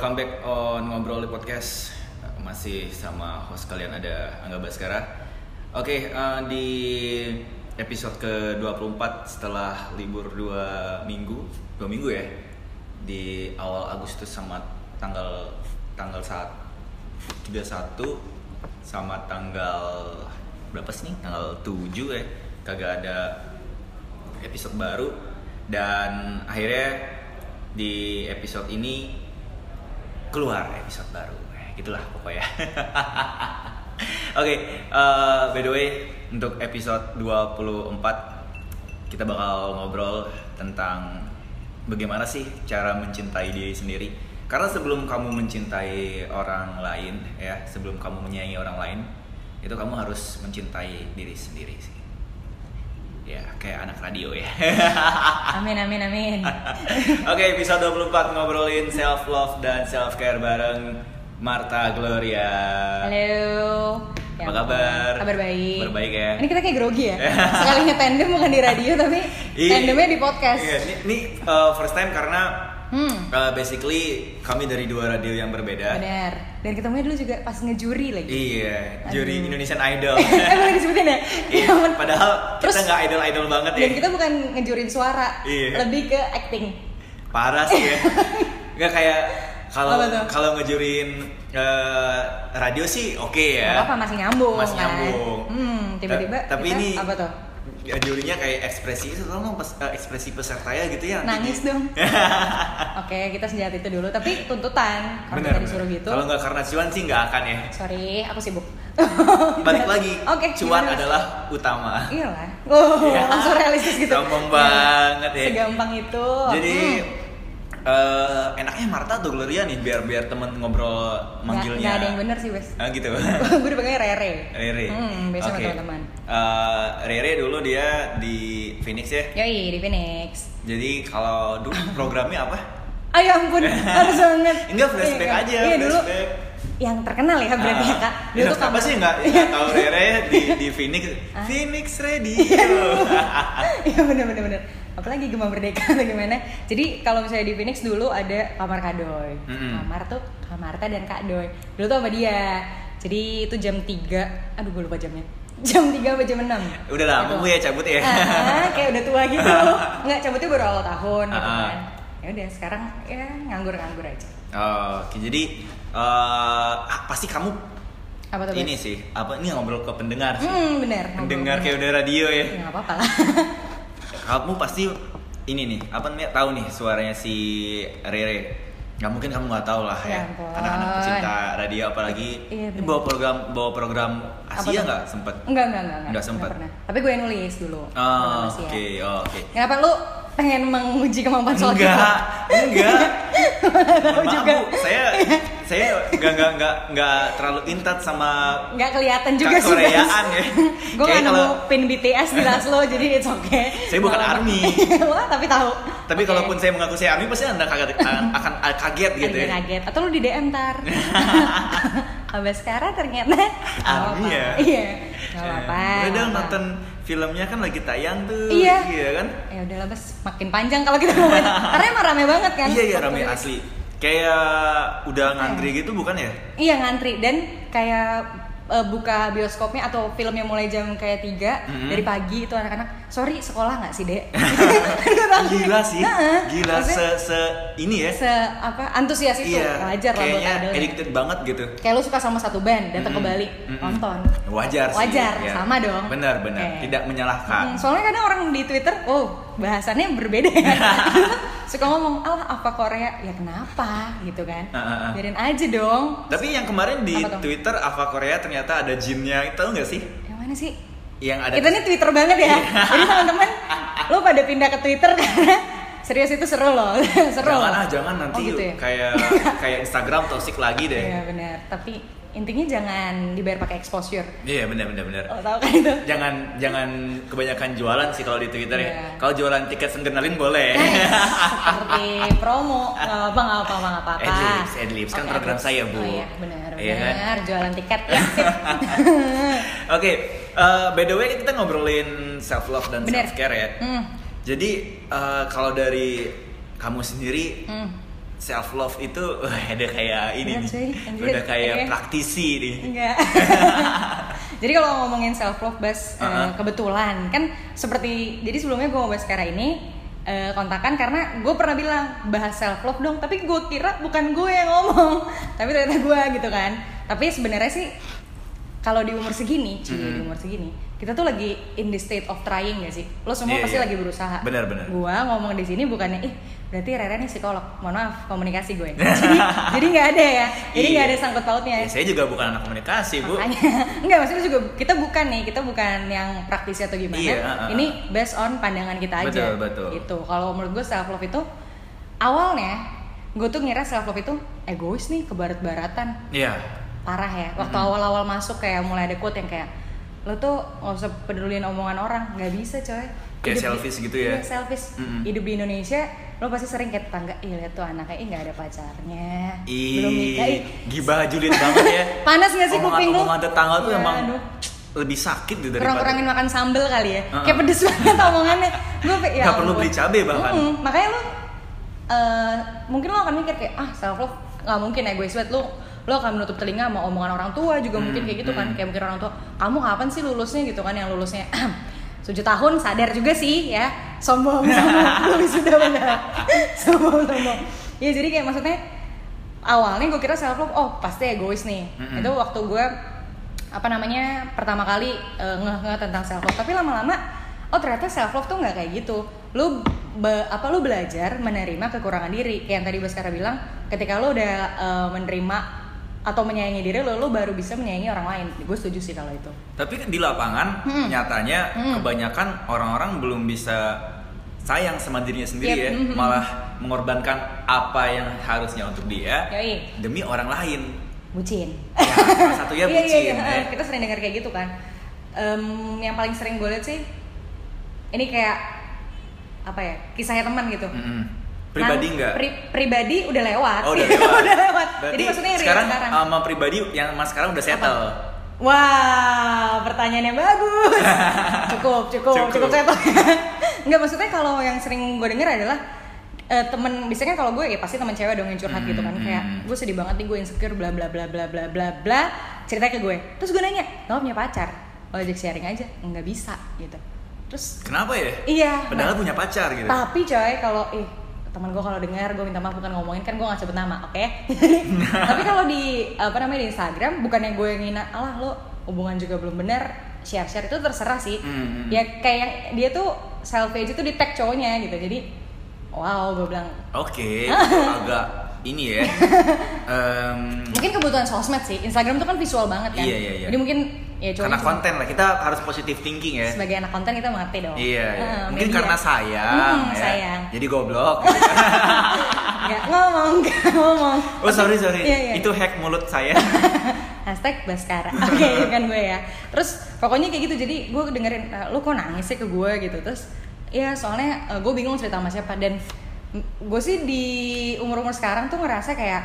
welcome back on Ngobrol di Podcast. Masih sama host kalian ada Angga Baskara. Oke, di episode ke-24 setelah libur 2 minggu ya. Di awal Agustus sama tanggal 31 sama tanggal berapa sih nih? Tanggal 7 ya. Kagak ada episode baru dan akhirnya di episode ini keluar episode baru, gitulah pokoknya. Oke, by the way, untuk episode 24 kita bakal ngobrol tentang bagaimana sih cara mencintai diri sendiri. Karena sebelum kamu mencintai orang lain, ya, sebelum kamu menyayangi orang lain, itu kamu harus mencintai diri sendiri sih. Ya, kayak anak radio ya. Amin. Oke, episode 24 ngobrolin self love dan self care bareng Marta Gloria. Halo. Apa kabar? Kabar baik. Berbaik ya. Ini kita kayak grogi ya. Sekalinya tandem bukan di radio tapi tandemnya di podcast. Iya, ini first time karena basically kami dari dua radio yang berbeda. Benar. Dan ketemunya dulu juga pas ngejuri lagi. Iya, juri Indonesian Idol. Boleh disebutin ya? Iya, padahal kita nggak idol banget ya. Dan kita bukan ngejurin suara, lebih ke acting. Parah sih ya. Nggak kayak kalau ngejurin radio sih oke ya. Apa masih nyambung. Tiba-tiba tapi kita, ini apa tuh? Jurinya kayak ekspresi itu, tau nggak ekspresi pesertanya gitu ya? Nangis dong. Oke, kita sejahat itu dulu. Tapi tuntutan kalau kita disuruh gitu. Kalau nggak karena cuan sih nggak akan ya. Sorry, aku sibuk. Balik lagi. Cuan gimana? adalah utama. Iyalah. Langsung realistis gitu. Gampang banget ya. Segampang itu. Jadi enaknya Marta atau Gloria nih biar temen ngobrol manggilnya. Nggak ada yang bener sih, Wes. Gitu. Gue dipanggilnya Rere. Biasa sama teman-teman. Rere dulu dia di Phoenix ya. Yoi, di Phoenix. Jadi kalau dulu programnya apa? Ya ampun, harus banget. Enggak, flashback aja. Iya, dulu flashback. yang terkenal ya berarti ya, Kak. Dulu tuh apa sih nggak tahu Rere di Phoenix. Phoenix Radio. Iya benar. Apalagi Gema Merdeka atau gimana. Jadi kalau misalnya di Phoenix dulu ada kamar Kak Doy. Kamar tuh Kak Marta dan Kak Doy. Dulu tuh sama dia. Jadi itu jam 3. Aduh gue lupa jamnya. Jam 3 sampai jam 6. Udah lama Bu ya cabut ya. Kayak udah tua gitu. Enggak, cabutnya baru awal tahun gitu kan. Ya udah sekarang ya nganggur aja. Oke, jadi pasti kamu apa tuh? Ini sih, ini ngobrol ke pendengar sih. Bener. Pendengar kayak udah radio ya. Ya enggak apa-apa lah. Kamu pasti ini nih, tahu nih suaranya si Rere. Nggak mungkin kamu nggak taau lah ya. Anak-anak pecinta radio apalagi. Iya, bawa program Asia nggak sempet? Enggak sempet. Pernah. Tapi gue yang nulis dulu. Oke. Kenapa lu pengen menguji kemampuan soal enggak. Tahu juga. Bu, saya nggak terlalu intat sama nggak kelihatan juga sih Koreaan ya. Gue nggak nemu pin BTS di Laslo jadi it's okay. Saya bukan ARMY. Wah, tapi tahu. Tapi kalaupun saya mengaku saya ARMY pasti Anda akan kaget gitu ya. Kaget. Atau lu di DM ntar. Baskara ternyata ARMY ya. Iya. Nggak apa-apa. Udah dong nonton filmnya kan lagi tayang tuh. Iya kan? Ya udahlah Bas, makin panjang kalau kita ngomongin. Karena emang rame banget kan. Iya rame asli. Kayak udah ngantri gitu bukan ya? Iya ngantri dan kayak buka bioskopnya atau filmnya mulai jam kayak 3 dari pagi itu anak-anak sorry sekolah nggak sih Dek? Gila sih, gila ini ya? Antusias itu wajar lah buat kayaknya addicted banget gitu. Kayak lu suka sama satu band datang ke Bali nonton. Wajar ya. Sama dong. Benar, tidak menyalahkan. Soalnya kadang orang di Twitter, bahasannya berbeda ya. Suka ngomong, apa Korea? Ya kenapa gitu kan? Biarin aja dong. Tapi yang kemarin di Twitter apa Korea ternyata ada jinnya, tahu nggak sih? Yang mana sih? Yang ada. Kita nih Twitter banget ya. Jadi teman-teman, lu pada pindah ke Twitter karena serius itu seru loh. Jangan nanti gitu ya? kayak Instagram toxic lagi deh. Iya benar. Tapi intinya jangan dibayar pakai exposure. Iya benar. Oh, tahu kan itu? Jangan kebanyakan jualan sih kalau di Twitter ya. Kalau jualan tiket senggenalin boleh. Seperti promo, nggak apa-apa. Adlibs kan program saya Bu. Oh iya benar. Kan? Jualan tiket ya. Oke, by the way kita ngobrolin self love dan self care ya. Jadi kalau dari kamu sendiri self love itu ada kayak ini nih. Udah kayak praktisi nih. Enggak. Jadi kalau ngomongin self love Bas, kebetulan kan seperti jadi sebelumnya gue mau bahas sekarang ini kontakan karena gue pernah bilang bahas self love dong, tapi gue kira bukan gue yang ngomong, tapi ternyata gue gitu kan. Tapi sebenarnya sih kalau di umur segini, di umur segini, kita tuh lagi in the state of trying gak sih? Lo semua pasti lagi berusaha. Benar. Gua ngomong di sini bukannya, berarti Rere nih psikolog. Mohon maaf, komunikasi gue. Jadi nggak ada ya. Jadi nggak ada sangkut pautnya. Saya juga bukan anak komunikasi, Bu. Enggak, maksudnya juga kita bukan yang praktisi atau gimana. Ini based on pandangan kita aja. Betul. Gitu. Kalau menurut gue self love itu awalnya gue tuh ngira self love itu egois nih, kebarat-baratan. Iya. Parah ya, waktu awal-awal masuk kayak mulai ada quote yang kayak lo tuh gak usah peduliin omongan orang, gak bisa coy. Kayak selfish gitu ya? Iya selfish. Hidup di Indonesia, lo pasti sering kayak tetangga, lihat tuh anaknya, gak ada pacarnya, belum nikah. Gibah julid banget ya. Panas gak sih kuping lo? Omongan tetangga tuh emang lebih sakit gitu daripada kurang-kurangin makan sambel kali ya. Kayak pedes banget omongannya. Gue ya gak perlu beli cabai bahkan. Makanya lo mungkin lo akan mikir kayak self love gak mungkin egois banget. Lo akan menutup telinga sama omongan orang tua juga mungkin kayak gitu kan. Kayak mungkin orang tua, kamu kapan sih lulusnya gitu kan, yang lulusnya 7 tahun, sadar juga sih ya, sombong sudah benar. sombong ya. Jadi kayak maksudnya awalnya gue kira self love pasti egois nih. Itu waktu gue pertama kali ngeh tentang self love. Tapi lama-lama ternyata self love tuh nggak kayak gitu. Lu belajar menerima kekurangan diri. Kayak yang tadi Baskara bilang, ketika lu udah menerima atau menyayangi diri lo baru bisa menyayangi orang lain. Gue setuju sih kalau itu. Tapi di lapangan nyatanya kebanyakan orang-orang belum bisa sayang sama dirinya sendiri ya, malah mengorbankan apa yang harusnya untuk dia demi orang lain. Bucin. Ya, salah satunya bucin. Iya. Kita sering dengar kayak gitu kan. Yang paling sering gue lihat sih ini kayak kisahnya teman gitu. Pribadi enggak? Pribadi udah lewat. Udah lewat. Udah lewat. Berarti jadi maksudnya sekarang sama pribadi yang mas sekarang udah settle. Wah, pertanyaannya bagus. Cukup settle. Enggak, maksudnya kalau yang sering gue denger adalah temen, biasanya kalau gue pasti teman cewek dong yang curhat gitu kan, kayak gue sedih banget nih, gue insecure bla bla bla bla bla bla bla, cerita ke gue. Terus gue nanya, "Lo punya pacar?" "Oh, ajak sharing aja." "Enggak bisa." gitu. Terus kenapa ya? Iya. Padahal punya pacar gitu. Tapi coy, kalau teman gue kalau dengar, gue minta maaf, bukan ngomongin, kan gue nggak sebut nama, oke? Tapi kalau di di Instagram, bukannya gue yang ngina, alah lo hubungan juga belum benar, share itu terserah sih. Ya kayak dia tuh selfie itu di tag cowoknya gitu, jadi wow, gue bilang oke, agak ini ya. Mungkin kebutuhan sosmed sih, Instagram tuh kan visual banget kan. Iya. Jadi mungkin ya karena konten lah, kita harus positive thinking ya. Sebagai anak konten kita mengerti dong. Iya. Mungkin media. Karena sayang. Jadi goblok. Gak ngomong. Oh sorry. Iya. Itu hack mulut saya. #Baskara. Oke, kan gue ya. Terus pokoknya kayak gitu. Jadi gue dengerin, lu kok nangis sih ke gue gitu. Terus ya soalnya gue bingung cerita sama siapa. Dan gue sih di umur sekarang tuh ngerasa kayak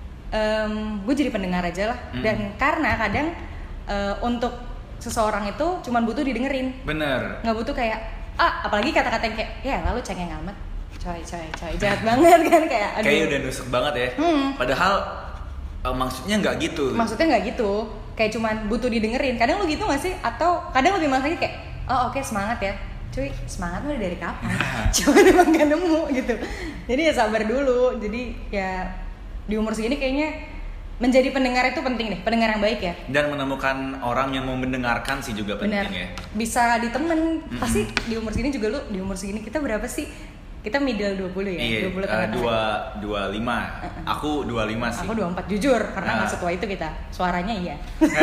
gue jadi pendengar aja lah. Dan karena kadang untuk seseorang itu cuman butuh didengerin. Bener. Nggak butuh kayak apalagi kata-kata yang kayak ya lalu cengeng amat, coy jahat banget kan, kayak aduh. Kayak udah nusuk banget ya. Padahal maksudnya nggak gitu. Maksudnya nggak gitu. Kayak cuman butuh didengerin. Kadang lu gitu nggak sih? Atau kadang lebih maksudnya kayak oke, semangat ya. Cuy, semangat udah dari kapan? Cuman emang gak nemu gitu. Jadi ya sabar dulu. Jadi ya di umur segini kayaknya menjadi pendengar itu penting deh, pendengar yang baik ya. Dan menemukan orang yang mau mendengarkan sih juga penting. Bener. Ya. Bisa di temen, pasti di umur segini juga lu, di umur segini kita berapa sih? Kita middle 20 ya? Iya, 25. Aku 25 sih. Aku 24, jujur, karena gak setua itu kita. Suaranya iya.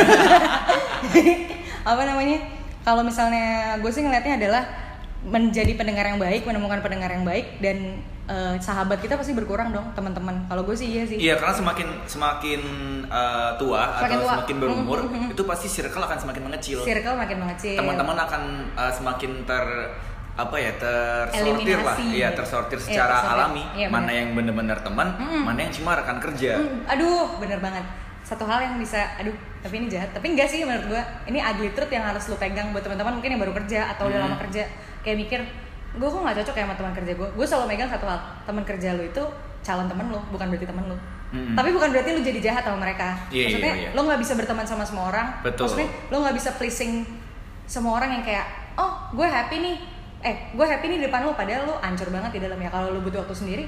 Kalau misalnya gue sih ngeliatnya adalah menjadi pendengar yang baik, menemukan pendengar yang baik, dan sahabat kita pasti berkurang dong, teman-teman. Kalau gue sih iya sih. Iya, karena semakin tua atau semakin berumur, itu pasti circle akan semakin mengecil. Teman-teman akan semakin tersortir lah. Iya, tersortir secara alami. Iya, mana yang benar-benar teman, mana yang cuma rekan kerja. Aduh, bener banget. Satu hal yang bisa, tapi ini jahat. Tapi enggak sih menurut gue. Ini ugly truth yang harus lu pegang buat teman-teman mungkin yang baru kerja atau udah lama kerja. Kayak mikir, gue kok gak cocok ya sama teman kerja gue. Gue selalu megang satu hal, teman kerja lu itu calon temen lo, bukan berarti temen lo. Tapi bukan berarti lo jadi jahat sama mereka. Maksudnya lo nggak bisa berteman sama semua orang. Betul. Maksudnya lo nggak bisa pleasing semua orang yang kayak, oh gue happy nih di depan lo, padahal lo hancur banget di dalamnya. Kalau lo butuh waktu sendiri,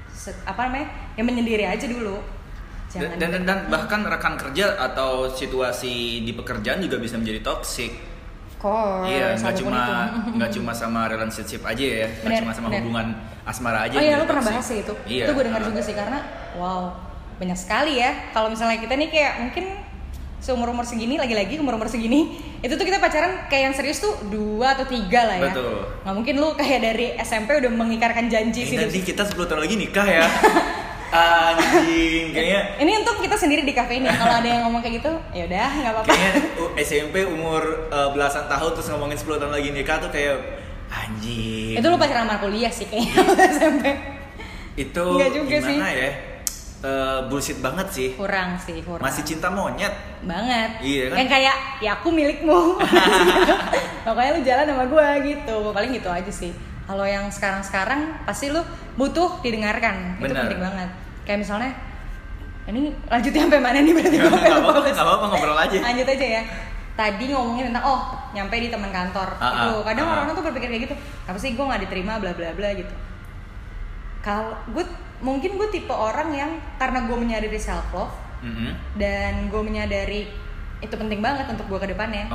yang menyendiri aja dulu. Dan bahkan rekan kerja atau situasi di pekerjaan juga bisa menjadi toxic. Iya, nggak cuma sama relationship aja ya, nggak cuma sama hubungan asmara aja. Oh iya, lo pernah bahas sih itu. Iya. Itu gue dengar juga sih, karena wow, banyak sekali ya. Kalau misalnya kita nih kayak mungkin seumur-umur segini, lagi-lagi umur-umur segini, itu tuh kita pacaran kayak yang serius tuh 2 atau 3 lah ya. Betul. Nggak mungkin lu kayak dari SMP udah mengikarkan janji sih. Nanti kita 10 tahun lagi nikah ya. Anjing, kayaknya. Ini untuk kita sendiri di kafe ini. Kalau ada yang ngomong kayak gitu, ya udah nggak apa-apa. Kayaknya SMP umur belasan tahun terus ngomongin 10 tahun lagi nikah tuh kayak anjing. Itu lu pacaran sama kuliah sih kayaknya SMP. Itu gimana ya? Bullshit banget sih. Kurang. Masih cinta monyet banget. Iya kan? Yang kayak ya aku milikmu. Pokoknya lu jalan sama gue gitu. Paling gitu aja sih. Kalau yang sekarang pasti lu butuh didengarkan. Itu penting banget. Kayak misalnya ini lanjutnya sampai mana nih berarti gue Enggak apa-apa ngobrol aja. Lanjut aja ya. Tadi ngomongin tentang nyampe di teman kantor. Kadang orang-orang tuh berpikir kayak gitu. Apa sih gue enggak diterima bla bla bla gitu. Kalau mungkin gue tipe orang yang karena gue menyadari self love dan gue menyadari itu penting banget untuk gue ke depannya.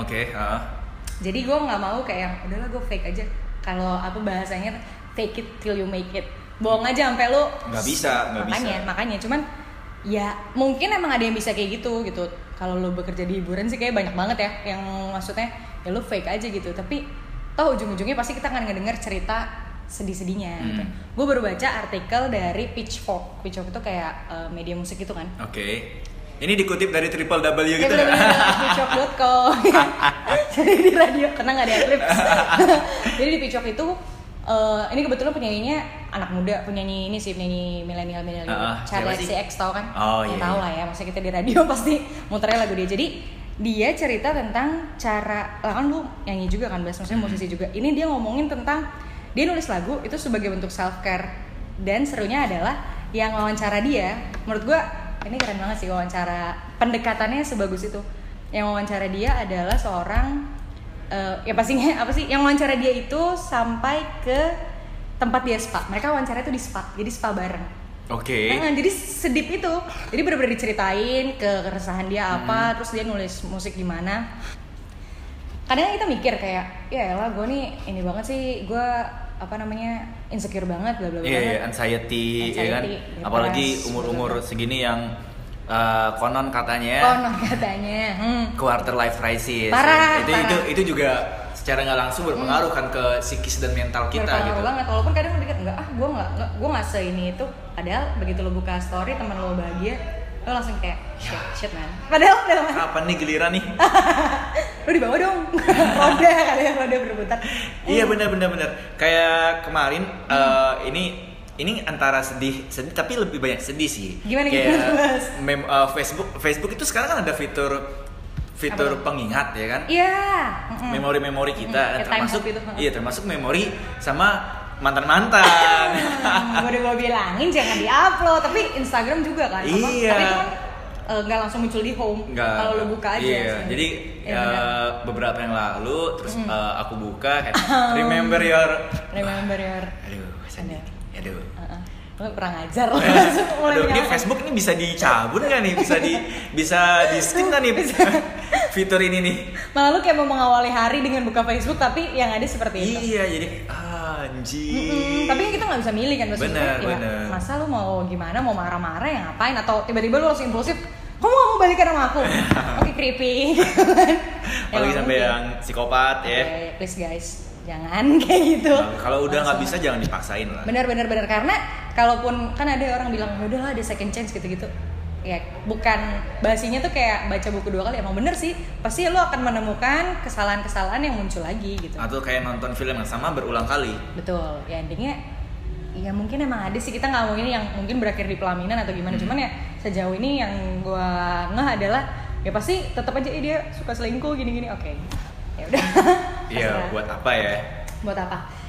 Jadi gue nggak mau kayak yang udahlah gue fake aja. Kalau bahasanya fake it till you make it. Bohong aja sampai lu nggak bisa. Makanya cuman ya mungkin emang ada yang bisa kayak gitu. Kalau lu bekerja di hiburan sih kayak banyak banget ya yang maksudnya ya lu fake aja gitu. Tapi toh ujung-ujungnya pasti kita akan ngedenger cerita sedih-sedihnya gitu. Gue baru baca artikel dari Pitchfork. Pitchfork itu kayak media musik gitu kan. Ini dikutip dari www gitu ya? Pitchfork.com. Jadi di radio, karena gak ada klip. Jadi di Pitchfork itu ini kebetulan penyanyinya anak muda, penyanyi milenial Charlie XCX, tau kan? Tahu lah ya, maksudnya kita di radio pasti muternya lagu dia. Jadi dia cerita tentang cara, kan lu nyanyi juga kan, maksudnya musisi juga. Ini dia ngomongin tentang dia nulis lagu itu sebagai bentuk self care, dan serunya adalah yang wawancara dia, menurut gue ini keren banget sih wawancara, pendekatannya sebagus itu. Yang wawancara dia adalah seorang ya pastinya apa sih, yang wawancara dia itu sampai ke tempat dia spa, mereka wawancara itu di spa, jadi spa bareng. Jadi sedip itu, jadi benar-benar diceritain keresahan dia apa, terus dia nulis musik gimana. Kadang kita mikir kayak ya elah gue nih ini banget sih, gue insecure banget bla bla bla. Anxiety ya kan, apalagi umur segini yang konon katanya quarter life crisis. Parah. Itu juga secara nggak langsung berpengaruh kan ke psikis dan mental kita gitu. Berpengaruh banget, walaupun kadang mikir gue nggak seini itu, padahal begitu lo buka story teman lo bahagia, lo langsung kayak shit man. Padahal kapan nih giliran nih? Lo dibawa dong. roda berebutan. Iya benar. Kayak kemarin ini antara sedih tapi lebih banyak sedih sih. Gimana gitu? Facebook itu sekarang kan ada fitur pengingat ya kan? Iya. Memori kita termasuk memori sama mantan. Udah gue bilangin jangan diupload, tapi Instagram juga kan. Iya. Tapi itu kan nggak langsung muncul di home. Kalau lo buka aja. Iya. Jadi beberapa yang lalu terus aku buka kayak remember your. Aduh, sedih. Aduh. Lo kurang ajar. Aduh, ini Facebook ini bisa dicabut nggak nih? Bisa di skip nggak nih fitur ini nih? Malah lu kayak mau mengawali hari dengan buka Facebook, tapi yang ada seperti itu. Iya, jadi anjing. Tapi kita nggak bisa milih kan, maksudnya. Bener. Masa lu mau gimana? Mau marah-marah ya ngapain? Atau tiba-tiba lu langsung impulsif, kamu mau balikan sama aku? Oke, creepy. Apalagi sampai yang psikopat ya. Please guys, jangan kayak gitu. Kalau udah nggak bisa jangan dipaksain lah. Bener karena kalaupun kan ada orang bilang udahlah ada second chance gitu-gitu. Ya bukan bahasinya tuh kayak baca buku 2 kali, emang bener sih, pasti lo akan menemukan kesalahan-kesalahan yang muncul lagi gitu. Atau kayak nonton film yang sama berulang kali. Betul, ya endingnya ya mungkin emang ada sih, kita nggak ngomongin yang mungkin berakhir di pelaminan atau gimana. Cuman ya sejauh ini yang gue ngeh adalah ya pasti tetap aja dia suka selingkuh gini-gini. Oke, ya udah. Iya, buat apa ya? Buat apa?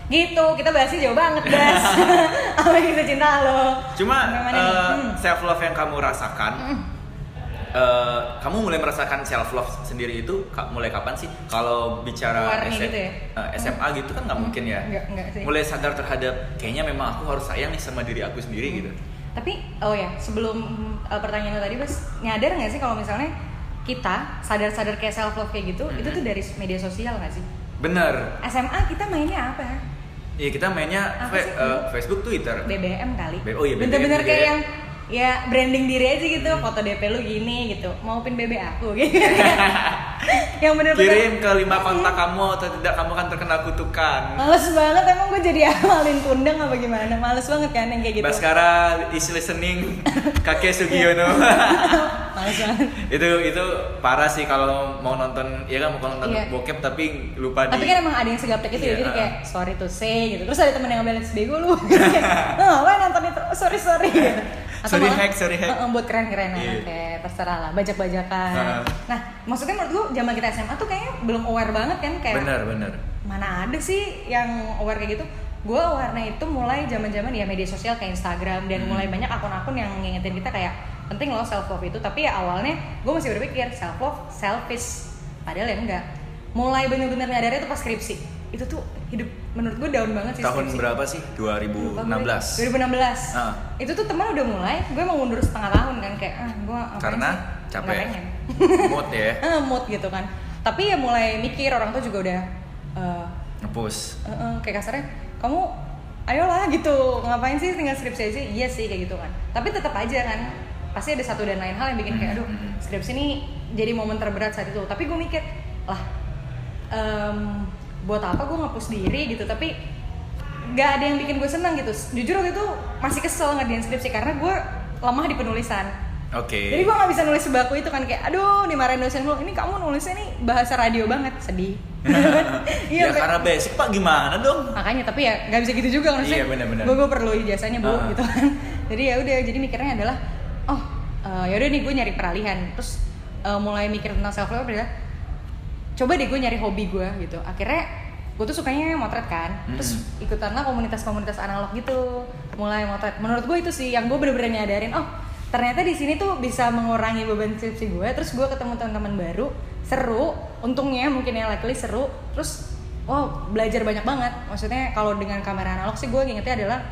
Gitu, kita bahasnya jauh banget guys. Apa yang kita cinta lo? Cuma self love yang kamu rasakan, kamu mulai merasakan self love sendiri itu mulai kapan sih? Kalau bicara gitu ya? SMA gitu kan nggak mungkin ya. Enggak sih. Mulai sadar terhadap kayaknya memang aku harus sayang nih sama diri aku sendiri gitu. Tapi sebelum pertanyaan lo tadi, Bas, nyadar nggak sih kalau misalnya kita sadar-sadar kayak self love kayak gitu, itu tuh dari media sosial nggak sih? Bener. SMA kita mainnya apa? Iya, kita mainnya Facebook, Twitter. BBM kali. Oh iya, BBM. Bener-bener kayak yang ya branding diri aja gitu, foto DP lu gini gitu, mau pin BB aku gitu. Yang bener-bener kirim ke 5 kontak kamu atau tidak kamu kan terkena kutukan. Males banget, emang gue jadi amalin kundang apa gimana? Males banget kan yang kayak gitu. Baskara is listening Kakek Sugiono. Males banget. Itu parah sih kalau mau nonton, ya kan mau nonton bokep tapi lupa tapi kan emang ada yang segaptek itu ya, jadi kayak sorry to say gitu. Terus ada temen yang ngambil bego lu. Wah nonton itu, sorry gitu. Atau sorry hack. Buat keren-kerenan, kayak terserah lah, bajak-bajakan. Nah, maksudnya menurut gue zaman kita SMA tuh kayaknya belum aware banget kan, kayak bener. Mana ada sih yang aware kayak gitu. Gue awarenya itu mulai zaman-zaman ya media sosial kayak Instagram, dan mulai banyak akun-akun yang ngingetin kita kayak penting loh self love itu. Tapi ya awalnya gue masih berpikir self love selfish, padahal ya enggak. Mulai bener-bener nyadarnya itu pas skripsi. Itu tuh hidup menurut gue down banget sih. Tahun skripsi. Berapa sih? 2016. 2016. Itu tuh teman udah mulai, gue mau mundur setengah tahun kan, kayak gue karena sih? capek. Mood ya. Mood gitu kan. Tapi ya mulai mikir, orang tuh juga udah nge-push. Kayak kasarnya, kamu ayolah gitu, ngapain sih tinggal skripsi aja? Iya sih kayak gitu kan. Tapi tetap aja kan, pasti ada satu dan lain hal yang bikin kayak aduh, skripsi ini jadi momen terberat saat itu. Tapi gue mikir, lah buat apa gue nge-push diri gitu, tapi nggak ada yang bikin gue senang gitu. Jujur waktu itu masih kesel ngerjain skripsi karena gue lemah di penulisan. Jadi gue nggak bisa nulis sebaku itu kan, kayak aduh dimarahin dosen mulu, ini kamu nulisnya nih bahasa radio banget, sedih. Iya, karena basic pak, gimana dong? Makanya, tapi ya nggak bisa gitu juga kan. Iya, benar-benar. Gue perlu ijazahnya bu gitu kan. Jadi ya udah, jadi mikirnya adalah ya udah nih gue nyari peralihan. Terus mulai mikir tentang self love adalah coba deh gue nyari hobi gue gitu. Akhirnya gue tuh sukanya motret kan, terus ikutanlah komunitas-komunitas analog gitu, mulai motret. Menurut gue itu sih yang gue bener-bener nyadarin, ternyata di sini tuh bisa mengurangi beban skripsi gue. Terus gue ketemu teman-teman baru, seru, untungnya mungkin yang luckily seru. Terus belajar banyak banget. Maksudnya kalau dengan kamera analog sih gue ingetnya adalah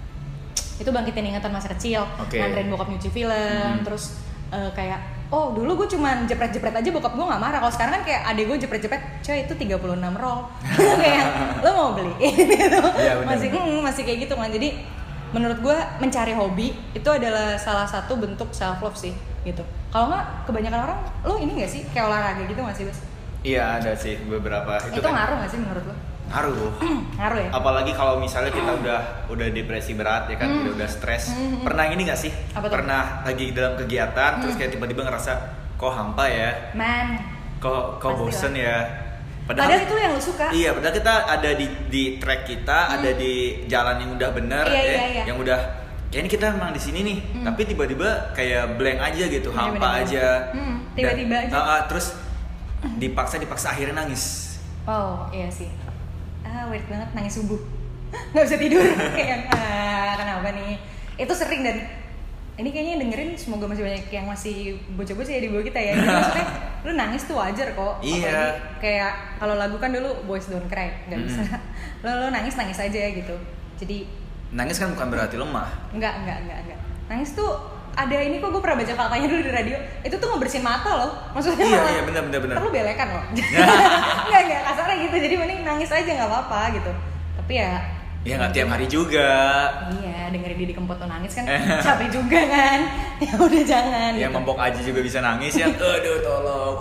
itu bangkitin ingatan masa kecil, nganterin bokap nyuci film, terus kayak dulu gue cuman jepret-jepret aja, bokap gue nggak marah. Kalau sekarang kan kayak adek gue jepret-jepret, coy itu 36 roll. Kayak lo mau beli gitu. Ya, masih kayak gitu kan. Jadi menurut gue mencari hobi itu adalah salah satu bentuk self love sih gitu. Kalau nggak, kebanyakan orang lo ini nggak sih kayak olahraga gitu nggak sih, Bas? Iya, ada sih beberapa. Itu kan ngaruh nggak sih menurut lo? Ngaruh. Ngaruh ya. Apalagi kalau misalnya kita udah depresi berat ya kan, kita udah stres. Pernah ini nggak sih? Pernah lagi dalam kegiatan terus kayak tiba-tiba ngerasa kok hampa ya? Kok bosen ya? Padahal itu yang lu suka. Iya, padahal kita ada di track kita, ada di jalan yang udah bener, iya. yang udah kayak ini kita memang di sini nih. Tapi tiba-tiba kayak blank aja gitu, hampa aja. Tiba-tiba aja. Terus dipaksa akhirnya nangis. Oh iya sih. Weird banget, nangis subuh. Nggak bisa tidur. Kayak kenapa nih? Itu sering, dan ini kayaknya yang dengerin semoga masih banyak yang masih bocah-bocah ya di bawah kita ya. Jadi maksudnya lu nangis tuh wajar kok. Iya. Apalagi kayak kalau lagu kan dulu Boys Don't Cry, nggak bisa. Lo nangis aja gitu. Jadi nangis kan bukan berarti lemah. Enggak. Nangis tuh ada ini kok, gue pernah baca faktanya dulu di radio. Itu tuh ngebersihin mata loh. Maksudnya iya benar. Perlu belekan loh. Enggak kasarnya gitu. Jadi mending nangis aja nggak apa-apa gitu. Tapi ya nggak tiap hari juga. Iya, dengerin Didi Kempot tuh nangis kan capek juga kan. Ya udah jangan. Ya gitu. Mempok aja juga bisa nangis ya. Aduh tolong.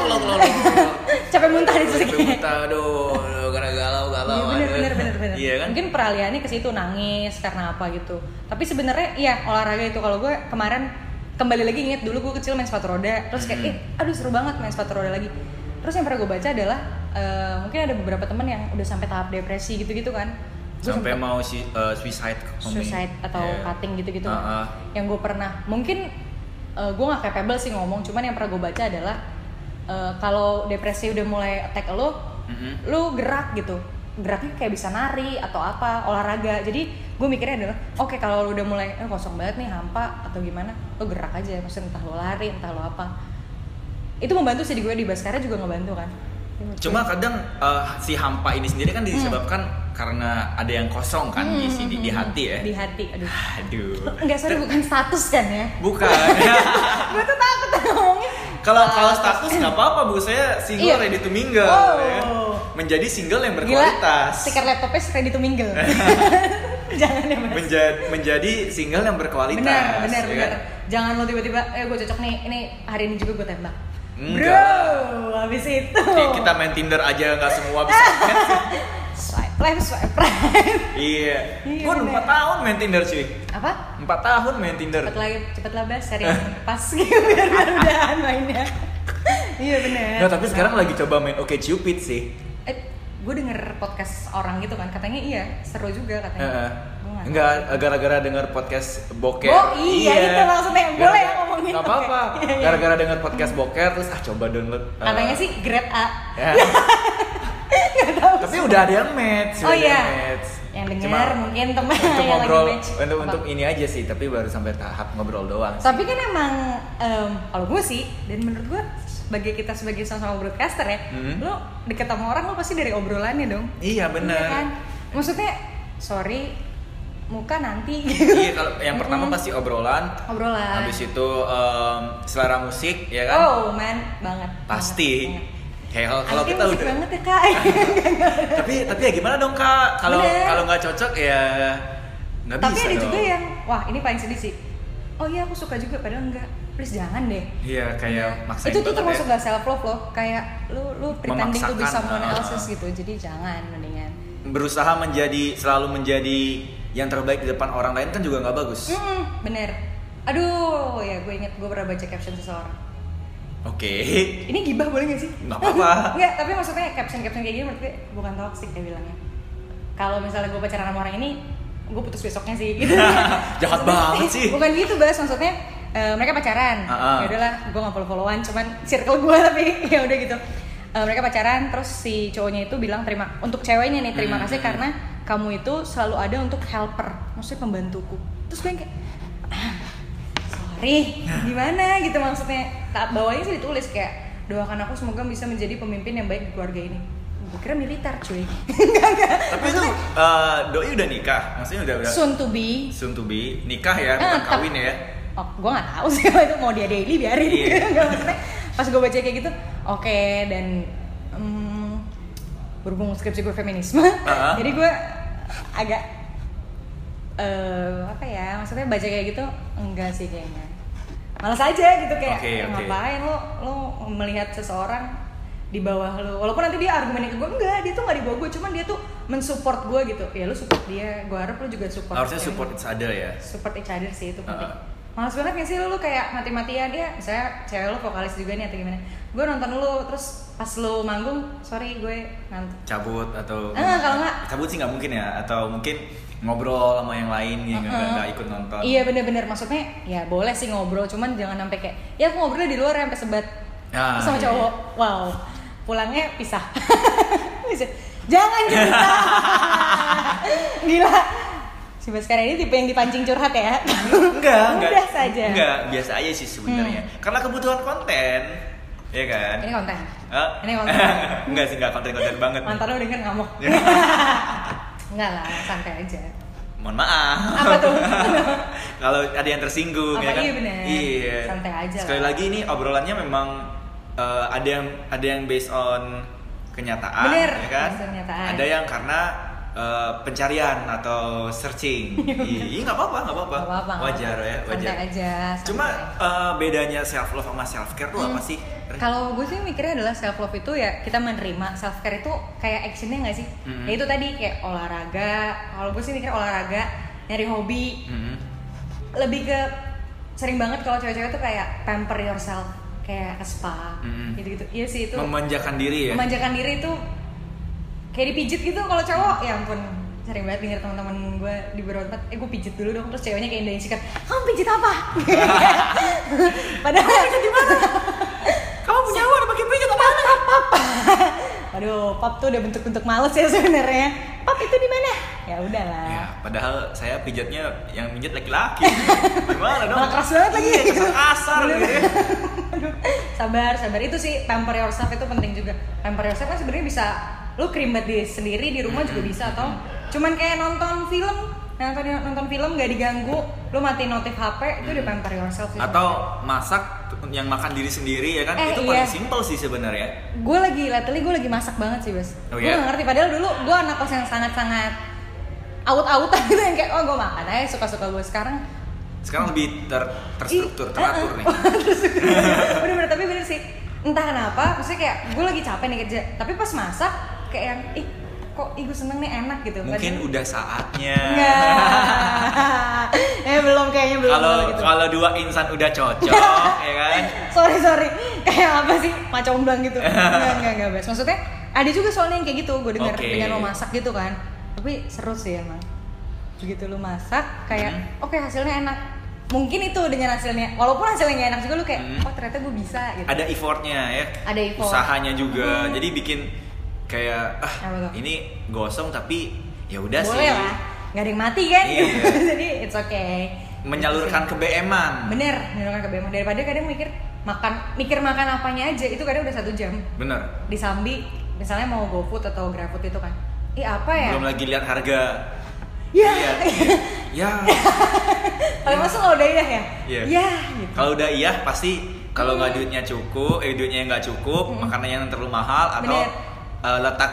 Capek muntah di situ. Capek muntah, aduh karena galau. Iya bener. Iya kan? Mungkin peralihannya ke situ, nangis karena apa gitu. Tapi sebenarnya iya olahraga itu. Kalau gue kemarin kembali lagi inget dulu gue kecil main sepatu roda, terus kayak aduh seru banget main sepatu roda lagi. Terus yang pernah gue baca adalah mungkin ada beberapa teman yang udah sampai tahap depresi gitu kan. Sampai mau suicide atau cutting gitu kan. Yang gue pernah, mungkin gue nggak capable sih ngomong, cuman yang pernah gue baca adalah kalau depresi udah mulai attack lo gerak gitu, geraknya kayak bisa nari atau apa, olahraga. Jadi gue mikirnya adalah oke, kalau lu udah mulai kosong banget nih, hampa atau gimana, lu gerak aja, maksudnya entah lu lari, entah lu apa. Itu membantu sih di gue, di Baskara juga ngebantu kan. Cuma kadang si hampa ini sendiri kan disebabkan karena ada yang kosong kan di sini, di hati ya. Di hati, aduh. Enggak, sorry, bukan status kan ya? Bukan. Gue tuh takut ngomongnya. Kalau status nggak apa-apa bu, saya single ready to mingle. Ya. Menjadi single yang berkualitas. Gila, stiker laptopnya ready to mingle. Jangan ya mas. Menjadi single yang berkualitas. Benar. Kan? Jangan lo tiba-tiba, gue cocok nih, ini hari ini juga gue tembak. Enggak. Bro, habis itu kita main Tinder aja nggak semua bisa. Swipe left. Iya. Gue udah 4 tahun main Tinder cuy. Apa? 4 tahun main Tinder. Cepet lah Bas, cari yang pas gitu biar udahan mainnya. Iya benar. Nah, tapi sekarang lagi coba main OkCupid sih. Gue denger podcast orang gitu kan, katanya iya seru juga katanya. Enggak, gara-gara denger podcast boker. Oh iya, itu maksudnya boleh ya ngomongin. Gak apa-apa. Gara-gara denger podcast boker terus coba download. Katanya sih grade A. Ya. Tapi udah ada yang match. Oh iya. Yang dengar mungkin teman untuk yang ngobrol, lagi match. untuk ini aja sih, tapi baru sampai tahap ngobrol doang. Tapi kan emang kalau gue sih, dan menurut gue sebagai kita sebagai sama-sama broadcaster ya, lo deket sama orang lo pasti dari obrolannya dong. Iya benar. Iya kan? Maksudnya sorry, muka nanti gitu. Iya, kalau yang pertama pasti obrolan. Habis itu selera musik ya kan? Oh man, banget. Pasti. Banget. Kayak kalau kita udah banget ya kak. tapi ya gimana dong kak? Kalau nggak cocok ya nggak bisa. Tapi ada dong. juga yang wah ini paling sedih sih. Oh iya aku suka juga padahal enggak. Please jangan deh. Iya kayak maksain. Itu tuh termasuk gak self love loh. Kayak lu pretending to be someone else gitu. Jadi jangan, mendingan. Berusaha selalu menjadi yang terbaik di depan orang lain kan juga nggak bagus. Bener. Aduh ya gue inget gue pernah baca caption seseorang. Oke. Ini gibah boleh gak sih? Nggak apa-apa. Nggak, tapi maksudnya caption kayak gini menurut gue bukan toxic kayak bilangnya. Kalau misalnya gue pacaran sama orang ini, gue putus besoknya sih. Gitu. Jahat banget sih. Bukan gitu Bas, maksudnya mereka pacaran. Ya udahlah, gue nggak follow-followan, cuman circle gue tapi ya udah gitu. Mereka pacaran, terus si cowoknya itu bilang untuk ceweknya nih terima kasih karena kamu itu selalu ada untuk helper, maksudnya pembantuku. Terus gue kayak gimana gitu maksudnya. Bawahnya sih ditulis kayak doakan aku semoga bisa menjadi pemimpin yang baik di keluarga ini. Gue kira militer cuy. Tapi itu doi udah nikah, maksudnya udah soon to be nikah ya, bukan kawin ya. Oh, gue nggak tahu sih kalau itu mau dia daily biarin. Nggak maksudnya pas gue baca kayak gitu oke, dan berhubung skripsi gue feminisme jadi gue agak apa ya, maksudnya baca kayak gitu enggak sih kayaknya, malas aja gitu kayak ngapain lo melihat seseorang di bawah lo, walaupun nanti dia argumennya ke gue enggak, dia tuh nggak di bawah gue, cuman dia tuh mensupport gue gitu. Ya lo support dia, gue harap lo juga support. Harusnya support each other ya. Support each other sih itu penting. Malas banget gak sih lo kayak mati-matian ya, misalnya cewek lo vokalis juga nih atau gimana, gue nonton lo terus pas lo manggung sorry gue ngantuk cabut atau kalau nggak cabut sih nggak mungkin ya, atau mungkin ngobrol sama yang lain yang nggak ikut nonton. Iya bener-bener, maksudnya ya boleh sih ngobrol, cuman jangan sampai kayak ya aku ngobrolnya di luar sampai sebat sama cowok. Wow, pulangnya pisah. Jangan cerita. Gila. Si Baskara ini tipe yang dipancing curhat ya? Enggak. Mudah saja. Enggak, biasa aja sih sebenarnya. Karena kebutuhan konten, ya kan? Ini konten. Ini konten. Enggak sih, enggak konten-konten banget. Mantan lo denger ngamuk. Enggak lah, santai aja. Mohon maaf. Apa tuh? Kalau ada yang tersinggung ya kan? Iya benar. Iya. Santai aja. Sekali lagi ini obrolannya memang ada yang based on kenyataan, bener, ya kan? kenyataan. Ada yang karena pencarian atau searching. Iya nggak apa-apa. Wajar ya, wajar. Santai aja. Cuma bedanya self love sama self care tuh apa sih? Kalau gue sih mikirnya adalah self love itu ya kita menerima, self care itu kayak actionnya nggak sih? Ya itu tadi kayak olahraga. Kalau gue sih mikir olahraga, nyari hobi. Lebih ke sering banget kalau cewek-cewek tuh kayak pamper yourself, kayak ke spa, gitu-gitu. Iya sih itu. Memanjakan diri ya. Memanjakan diri itu kayak dipijit gitu. Kalau cowok ya ampun, sering banget denger teman-teman gue di beberapa tempat, gue pijit dulu dong, terus ceweknya kayak Indonesia kan, kamu pijit apa? Padahal pijit di mana? Kamu punya uang pakai pijit apa? Aduh, pap tuh udah bentuk-bentuk males ya sebenarnya. Pap itu di mana? Ya udahlah. Ya, padahal saya pijatnya yang pijat laki-laki. Gimana dong? Malah keras banget lagi. Kasar gitu ya. Sabar. Itu sih pamper yourself itu penting juga. Pamper yourself kan sebenarnya bisa lu krimbat diri sendiri di rumah juga bisa, atau cuman kayak nonton film nggak diganggu, lu matiin notif HP itu udah pamper yourself sih. Atau masak yang makan diri sendiri ya kan, itu paling simple sih sebenarnya. Gue lagi masak banget sih Bas. Gue nggak ngerti, padahal dulu gue anak kos yang sangat aut-autan gitu, yang kayak gue makan aja suka-suka gue. Sekarang lebih terstruktur, teratur nih. Bener-bener, tapi bener sih, entah kenapa maksudnya kayak gue lagi capek nih kerja, tapi pas masak kayak yang kok gue seneng nih, enak gitu. Mungkin udah saatnya. Belum gitu. Kalau dua insan udah cocok ya kan. Sorry kayak apa sih, macomblang gitu. Enggak Bas, maksudnya ada juga soalnya yang kayak gitu, gue dengar dengan lo masak gitu kan. Tapi seru sih emang, begitu lo masak kayak oke, hasilnya enak. Mungkin itu dengan hasilnya, walaupun hasilnya nggak enak juga, lu kayak ternyata gue bisa gitu. Ada effortnya ya, ada effort, usahanya juga. Jadi bikin kayak ini gosong tapi ya udah sih, boleh lah, nggak ada yang mati kan. Iya. Jadi it's okay, menyalurkan kebeeman. Bener, menyalurkan kebeeman. Daripada kadang mikir makan apanya aja, itu kadang udah 1 jam. Bener. Di Sambi misalnya mau GoFood atau GrabFood itu kan, apa ya, belum lagi lihat harga. Ya. Kalau masuk kalau udah iya ya. Ya. Gitu. Kalau udah iya pasti, kalau nggak duitnya nggak cukup, makanan yang terlalu mahal atau letak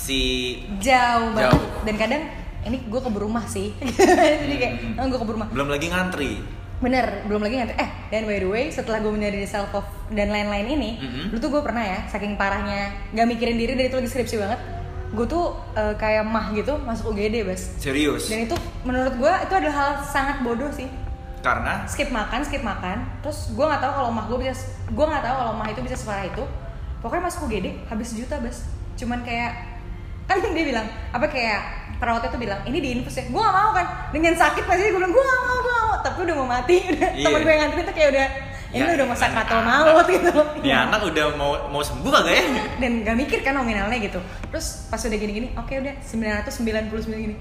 jauh banget. Dan kadang ini gue keburu rumah sih. Jadi kayak gue keburu rumah. Belum lagi ngantri. Bener, belum lagi ngantri. Dan by the way, setelah gue menyadari self love dan lain-lain ini, dulu tuh gue pernah ya, saking parahnya nggak mikirin diri, dari itu lagi skripsi banget. Gue tuh kayak mah gitu masuk UGD Bas. Serius? Dan itu menurut gue itu adalah hal sangat bodoh sih. Karena skip makan. Terus gue nggak tahu kalau mah itu bisa separah itu. Pokoknya masuk UGD habis 1 juta Bas. Cuman kayak kan dia bilang apa, kayak perawatnya tuh bilang ini diinfus ya. Gue nggak mau kan, dengan sakit pasti gue bilang gue nggak mau. Tapi udah mau mati. Temen gue yang ngantri tuh kayak udah ini udah mau sakratul maut gitu. Dia anak udah mau sembuh kagak ya? Dan gak mikir kan nominalnya gitu. Terus pas udah gini-gini, oke udah 999 gini.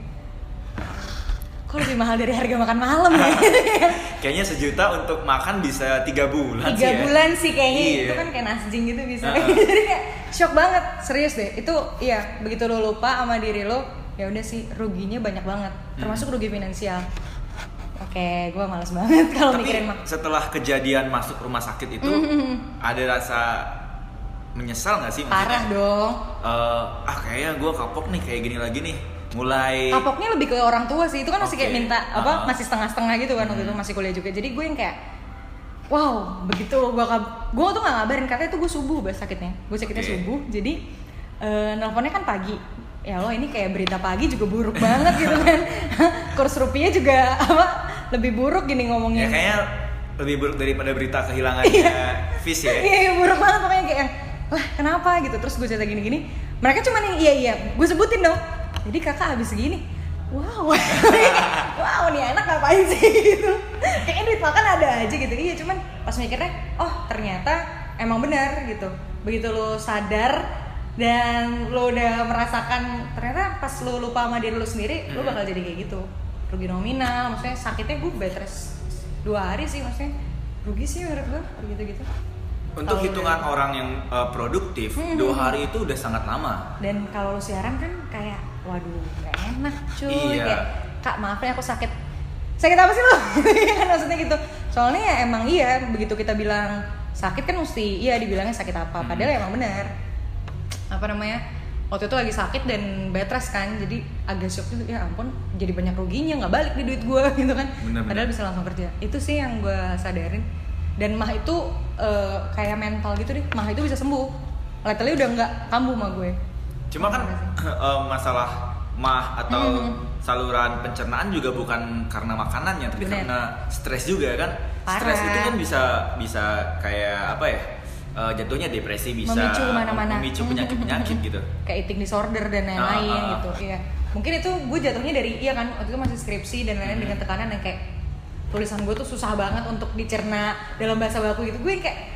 Kok lebih mahal dari harga makan malam ya? Kayaknya 1 juta untuk makan bisa 3 bulan 3 bulan sih kayaknya. Iya. Itu kan kayak nasjing gitu bisa. Jadi kayak shock banget, serius deh. Itu iya, begitu lo lupa sama diri lo, ya udah sih ruginya banyak banget. Termasuk rugi finansial. Oke, gue males banget kalau mikirin mah. Setelah kejadian masuk rumah sakit itu, ada rasa menyesal nggak sih? Parah dong. Kayaknya gue kapok nih kayak gini lagi nih. Mulai kapoknya lebih ke orang tua sih. Itu kan masih kayak minta masih setengah-setengah gitu kan, waktu itu masih kuliah juga. Jadi gue yang kayak wow, begitu gue tuh nggak ngabarin, katanya tuh gue subuh sakitnya. Gue sakitnya subuh. Jadi nelponnya kan pagi. Ya Allah, ini kayak berita pagi juga buruk banget gitu kan. Kurs rupiah juga lebih buruk gini ngomongnya. Ya kayaknya lebih buruk daripada berita kehilangannya Fish ya. Iya, buruk banget pokoknya, kayak lah kenapa gitu. Terus gue cerita gini-gini, mereka cuma yang iya gue sebutin dong. Jadi kakak habis segini. Wow, nih anak ngapain sih gitu. Kayaknya duit makan ada aja gitu. Iya, cuman pas mikirnya, ternyata emang benar gitu. Begitu lo sadar dan lo udah merasakan, ternyata pas lo lupa sama diri lo sendiri, lo bakal jadi kayak gitu. Rugi nominal, maksudnya sakitnya gue bed rest 2 hari sih, maksudnya rugi sih menurut gue gitu-gitu. Untuk hitungan orang yang produktif, 2 hari itu udah sangat lama. Dan kalau lo siaran kan kayak, waduh gak enak cuy. Iya. Kayak, kak maaf ya aku sakit apa sih lo? Kan maksudnya gitu. Soalnya ya emang iya, begitu kita bilang sakit kan mesti iya dibilangnya sakit apa. Padahal emang benar. Waktu itu lagi sakit dan bed rest kan, jadi agak shock juga, ya ampun jadi banyak ruginya, nggak balik di duit gue gitu kan. Bener. Padahal bisa langsung kerja. Itu sih yang gue sadarin. Dan mah itu kayak mental gitu deh, mah itu bisa sembuh. Literally udah nggak kambuh mah gue. Cuma kan masalah mah atau saluran pencernaan juga bukan karena makanannya, tapi karena stres juga kan. Stres itu kan bisa kayak apa ya? Jatuhnya depresi, bisa memicu penyakit-penyakit gitu. Kayak eating disorder dan lain-lain gitu. Iya. Mungkin itu gue jatuhnya dari kan waktu itu masih skripsi dan lain-lain dengan tekanan yang kayak tulisan gue tuh susah banget untuk dicerna dalam bahasa baku gitu. Gue kayak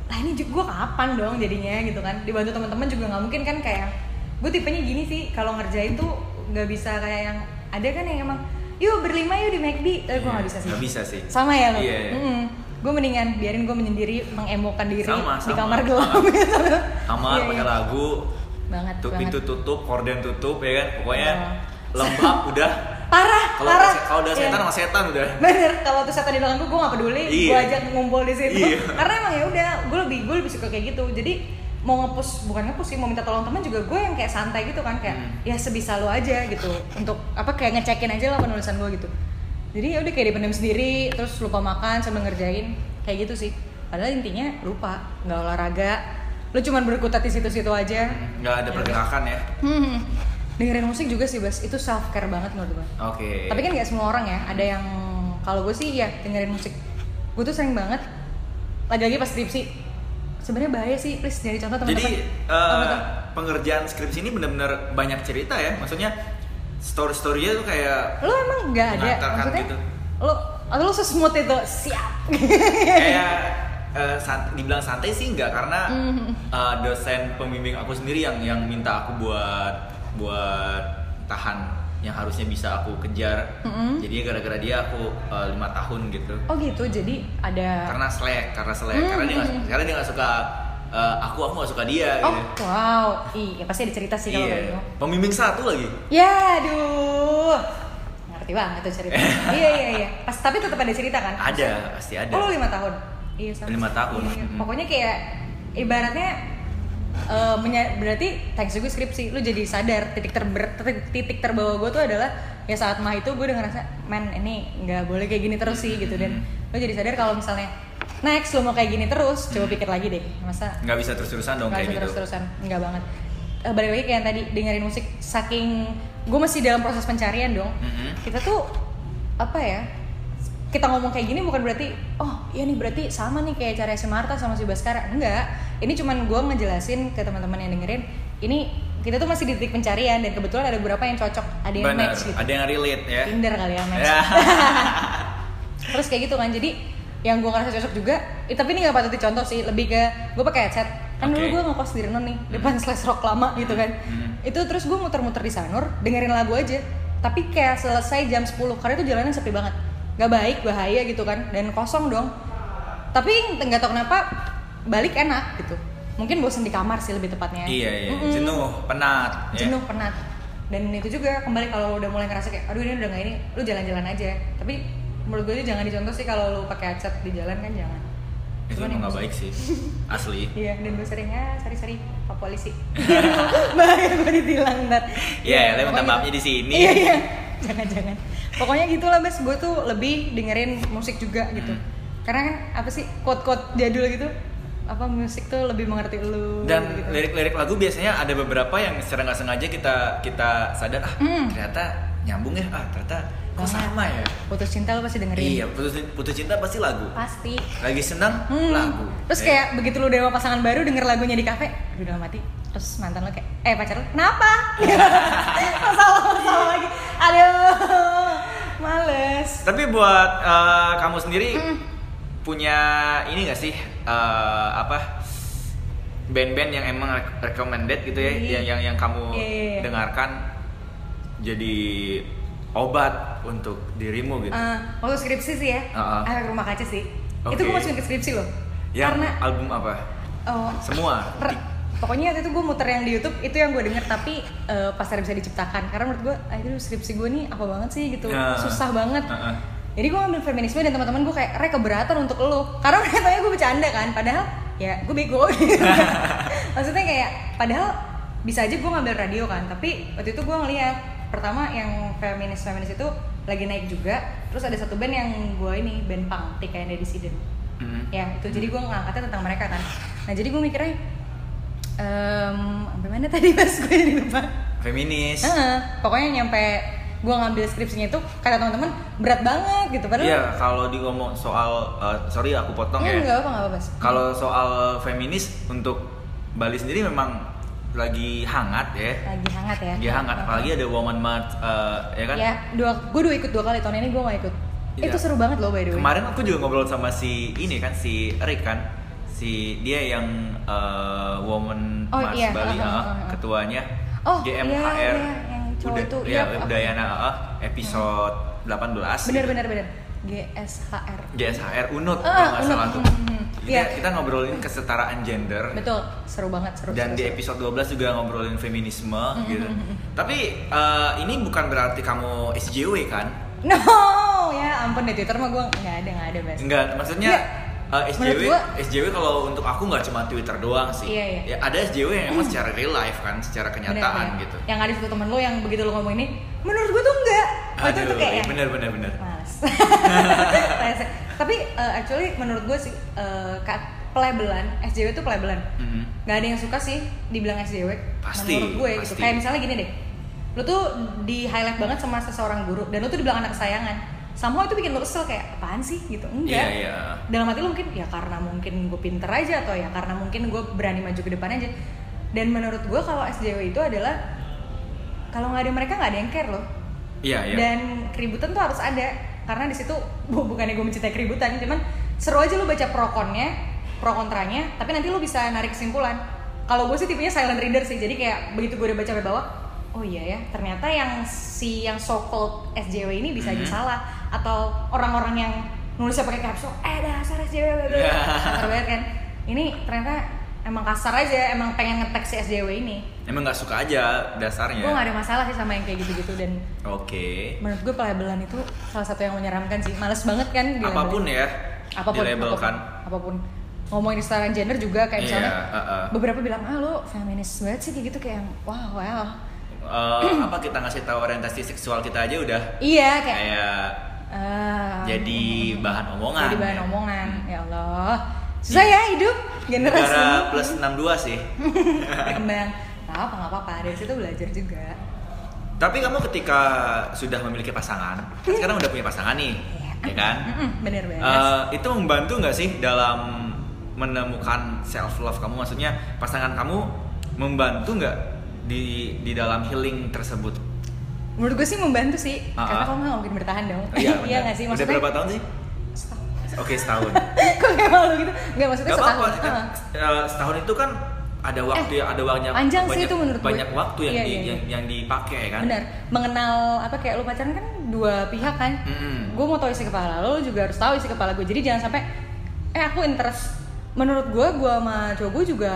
lah ini gue kapan dong jadinya gitu kan, dibantu teman-teman juga nggak mungkin kan, kayak gue tipenya gini sih kalau ngerjain tuh nggak bisa kayak yang ada kan yang emang yuk berlima yuk di McD, tapi gue nggak bisa sih. Nggak bisa sih. Sama ya lo. Iya. Gue mendingan biarin gue menyendiri mengemokan diri sama. di kamar gelap gitu. Kamar pakai lagu. Banget. Pintu tutup, korden tutup ya kan, pokoknya lembab udah. Parah. Kalau udah setan sama setan udah. Bener, kalau tuh setan di belakang gue nggak peduli, gue ajak ngumpul di situ. Iya. Karena emang ya udah, gue lebih suka kayak gitu. Jadi mau bukan nge-push sih, mau minta tolong teman juga gue yang kayak santai gitu kan, kayak ya sebisa lo aja gitu. Untuk kayak ngecekin aja lah penulisan gue gitu. Jadi ya udah kayak dipendam sendiri, terus lupa makan sambil ngerjain kayak gitu sih. Padahal intinya lupa, nggak olahraga, lu cuman berkutat di situ-situ aja. Nggak ada pergerakan ya. Dengerin musik juga sih Bas, itu self care banget menurut gue. Oke. Tapi kan nggak semua orang ya, ada yang kalau gue sih ya dengerin musik. Gue tuh sering banget, lagi-lagi pas skripsi. Sebenarnya bahaya sih, please jadi contoh teman-teman. Jadi pengerjaan skripsi ini benar-benar banyak cerita ya, maksudnya story-storynya tuh kayak lo emang nggak ada maksudnya gitu. lo sesmooth itu siap kayak dibilang santai sih enggak, karena dosen pembimbing aku sendiri yang minta aku buat tahan yang harusnya bisa aku kejar. Jadi gara-gara dia aku 5 tahun gitu. Oh gitu, jadi ada karena slack karena dia nggak suka aku nggak suka dia gitu. Wow, iya pasti ada cerita sih kalau gitu. Pembimbing satu lagi. Ya, aduh, ngerti banget tuh cerita. Iya. Tapi tetap ada cerita kan? Ada, pasti ada. Oh, 5 tahun. Iya, sama. 5 tahun. Iya. Pokoknya kayak ibaratnya berarti thanks juga skripsi, lu jadi sadar titik terbawa gue tuh adalah ya saat mah itu gue udah ngerasa man ini nggak boleh kayak gini terus sih gitu, dan lu jadi sadar kalau misalnya next lu mau kayak gini terus, coba pikir lagi deh, masa nggak bisa terus-terusan dong kayak gitu. Terus-terusan, nggak banget. Balik lagi kayak yang tadi dengerin musik, saking gue masih dalam proses pencarian dong. Kita tuh apa ya? Kita ngomong kayak gini bukan berarti oh iya nih berarti sama nih kayak cara si Marta sama si Baskara, enggak. Ini cuman gue ngejelasin ke teman-teman yang dengerin, ini kita tuh masih di titik pencarian dan kebetulan ada beberapa yang cocok, ada yang match gitu. Ada yang relate ya. Tinder kali ya match. Terus kayak gitu kan, jadi yang gue ngerasa cocok juga, tapi ini nggak patut dicontoh sih, lebih ke gue pakai headset. Kan dulu gue ngekos di Renon nih, depan slash rock lama gitu kan. Itu terus gue muter-muter di Sanur, dengerin lagu aja. Tapi kayak selesai jam 10, karena itu jalanan sepi banget. Gak baik, bahaya gitu kan, dan kosong dong. Tapi nggak tahu kenapa balik enak gitu. Mungkin bosen di kamar sih lebih tepatnya. Iya. Jenuh, penat. Jenuh, penat. Dan itu juga kembali kalau udah mulai ngerasa kayak aduh ini udah nggak ini, lu jalan-jalan aja. Tapi menurut gue jangan dicontoh sih kalau lu pakai headset di jalan kan, jangan. Itu emang nggak baik sih, asli. Iya, dan gue seringnya sari-sari Pak Polisi. Bahaya gue ditilang ntar. Iya, minta maafnya di sini. Iya. Jangan. Pokoknya gitulah Bes, gue tuh lebih dengerin musik juga gitu. Karena kan apa sih quote-quote jadul gitu, apa musik tuh lebih mengerti lu. Dan gitu. lirik-lirik lagu biasanya ada beberapa yang secara nggak sengaja kita sadar ternyata nyambung ya, ternyata kok sama ya. Putus cinta lu pasti dengerin. Iya, putus cinta pasti lagu. Pasti. Lagi senang lagu. Terus kayak begitu lu udah sama pasangan baru denger lagunya di kafe, udah mati. Terus mantan lo kayak pacar lo kenapa? masalah lagi. Aduh, males. Tapi buat kamu sendiri punya ini nggak sih band-band yang emang recommended gitu ya, yang kamu dengarkan jadi obat untuk dirimu gitu? Waktu skripsi sih ya, Rumah Kaca sih. Itu gue masukin ke skripsi loh. Yang karena album apa? Semua. Pokoknya waktu itu gue muter yang di YouTube, itu yang gue denger, tapi pasar bisa diciptakan. Karena menurut gue, itu skripsi gue nih apa banget sih gitu, susah banget. Jadi gue ngambil feminisme dan teman-teman gue kayak keberatan untuk lo. Karena mereka tanya gue bercanda kan, padahal ya gue bego. Maksudnya kayak, padahal bisa aja gue ngambil radio kan, tapi waktu itu gue ngeliat pertama yang feminis itu lagi naik juga. Terus ada satu band yang gue ini, band punk, TKN Dissident. Ya itu, jadi gue ngangkatnya tentang mereka kan. Nah jadi gue mikirnya sampai mana tadi Mas, gue jadi lupa. Feminis. Pokoknya nyampe gue ngambil skripsinya itu kata teman-teman berat banget gitu, padahal. Iya, kalau di ngomong soal sorry aku potong ya. Enggak apa-apa Mas. Kalau soal feminis untuk Bali sendiri memang lagi hangat ya. Lagi hangat, apalagi ada Woman March ya kan? Ya, gue ikut 2 kali, tahun ini gue nggak ikut. Itu seru banget loh by the way. Kemarin aku juga ngobrol sama si Rick kan, dia yang Women Mars iya, Bali ketuanya GMHR iya, yang cowok itu Udayana episode 18 bener GSHR Unut kalau nggak salah tuh. Iya. Kita ngobrolin kesetaraan gender. Betul, seru banget. Dan di episode 12 juga ngobrolin feminisme gitu. Tapi ini bukan berarti kamu SJW kan? No, ya ampun, di Twitter mah gue nggak ada bahas. Enggak, maksudnya SJW kalau untuk aku nggak cuma Twitter doang sih. Iya. Ya, ada SJW yang emang secara real life kan, secara kenyataan bener. gitu. Yang ada satu temen lo yang begitu lo ngomong ini, menurut gue tuh enggak. Aduh, itu kayak bener. Males. Tapi actually menurut gue sih pelabelan SJW itu pelabelan. Nggak ada yang suka sih dibilang SJW. Pasti. Menurut gue pasti. gitu. Kayak misalnya gini deh, lo tuh di highlight banget sama seseorang guru dan lo tuh dibilang anak kesayangan. Somehow itu bikin lo kesel kayak apaan sih gitu. Enggak. Iya. Dalam hati lo mungkin ya karena mungkin gue pinter aja atau ya karena mungkin gue berani maju ke depan aja. Dan menurut gue kalau SJW itu adalah kalau nggak ada mereka nggak ada yang care loh. Iya. Dan keributan tuh harus ada karena di situ bukannya gue mencintai keributan, cuman seru aja lo baca pro kontranya, tapi nanti lo bisa narik kesimpulan. Kalau gue sih tipenya silent reader sih, jadi kayak begitu gue udah baca sampai bawah, oh iya ya, ternyata yang so called SJW ini bisa aja salah, atau orang-orang yang nulisnya pakai caption, dasar SJW kasar banget kan. Ini ternyata emang kasar aja, emang pengen nge-tag si SJW ini. Emang nggak suka aja dasarnya. Gue nggak ada masalah sih sama yang kayak gitu-gitu dan. Oke. Menurut gue pelabelan itu salah satu yang menyeramkan sih, males banget kan. Apapun ya. Dilabelkan. Apapun. Ngomongin kesetaraan gender juga kayak misalnya beberapa bilang lo feminis banget sih kayak gitu kayak wow. Apa kita ngasih tahu orientasi seksual kita aja udah. Iya kayak jadi bahan omongan. Ya Allah. Susah ya hidup generasi negara plus 62 sih. Berkembang. Nggak apa-apa. Dari situ belajar juga. Tapi kamu ketika sudah memiliki pasangan, kan sekarang udah punya pasangan nih, ya kan? Bener. Itu membantu nggak sih dalam menemukan self love kamu? Maksudnya pasangan kamu membantu nggak di dalam healing tersebut? Menurut gue sih membantu sih, karena kamu nggak mungkin bertahan dong. Iya nggak sih? Maksudnya, udah berapa tahun sih? Oke, setahun. Kok kayak malu gitu? Nggak, maksudnya gak setahun. Setahun itu kan ada waktu panjang sih itu menurut banyak gue. waktu yang dipakai kan. Benar. Mengenal kayak lu pacaran kan dua pihak kan. Gue mau tahu isi kepala lo juga harus tahu isi kepala gue. Jadi jangan sampai aku interest. Menurut gue sama cowok gue juga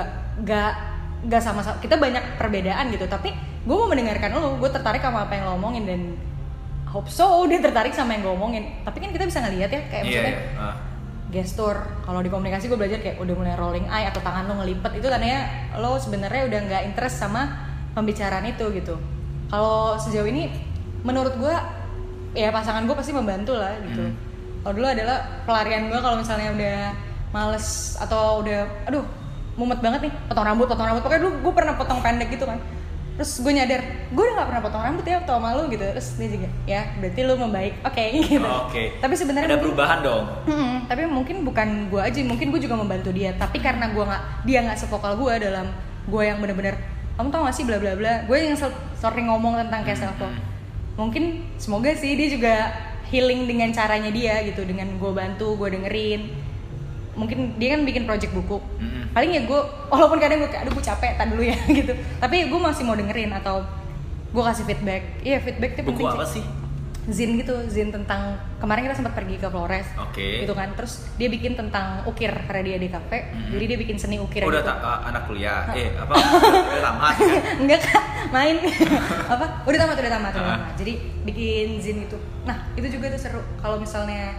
gak sama-sama. Kita banyak perbedaan gitu. Tapi gue mau mendengarkan lo. Gue tertarik sama apa yang lo omongin dan hope so dia tertarik sama yang gue omongin. Tapi kan kita bisa ngelihat ya kayak maksudnya gestur. Kalau di komunikasi gue belajar kayak udah mulai rolling eye atau tangan lo ngelipet itu tandanya lo sebenarnya udah nggak interest sama pembicaraan itu gitu. Kalau sejauh ini menurut gue ya pasangan gue pasti membantu lah gitu. Kalau dulu adalah pelarian gue kalau misalnya udah males atau udah mumet banget nih potong rambut pokoknya dulu gue pernah potong pendek gitu kan. Terus gue nyadar, gue udah gak pernah potong rambut ya atau malu gitu. Terus dia juga, ya berarti lu membaik, oke gitu. Tapi sebenarnya ada perubahan dong. Tapi mungkin bukan gue aja, mungkin gue juga membantu dia. Tapi karena dia nggak sevokal gue dalam gue yang benar-benar, kamu tau gak sih bla bla bla. Gue yang sering ngomong tentang kayak self love. Mungkin semoga sih dia juga healing dengan caranya dia gitu, dengan gue bantu, gue dengerin. Mungkin dia kan bikin project buku. Paling ya gue, walaupun kadang gue kayak, gue capek, tan dulu ya gitu. Tapi gue masih mau dengerin atau gue kasih feedback. Iya, feedback itu penting. Buku apa sih? Zin gitu, zin tentang kemarin kita sempat pergi ke Flores. Gitu kan. Terus dia bikin tentang ukir karena dia di kafe. Jadi dia bikin seni ukir. Udah anak kuliah. Udah tamat kan? Enggak Kak, main. Udah tamat. Jadi bikin zin itu. Nah, itu juga tuh seru. Kalau misalnya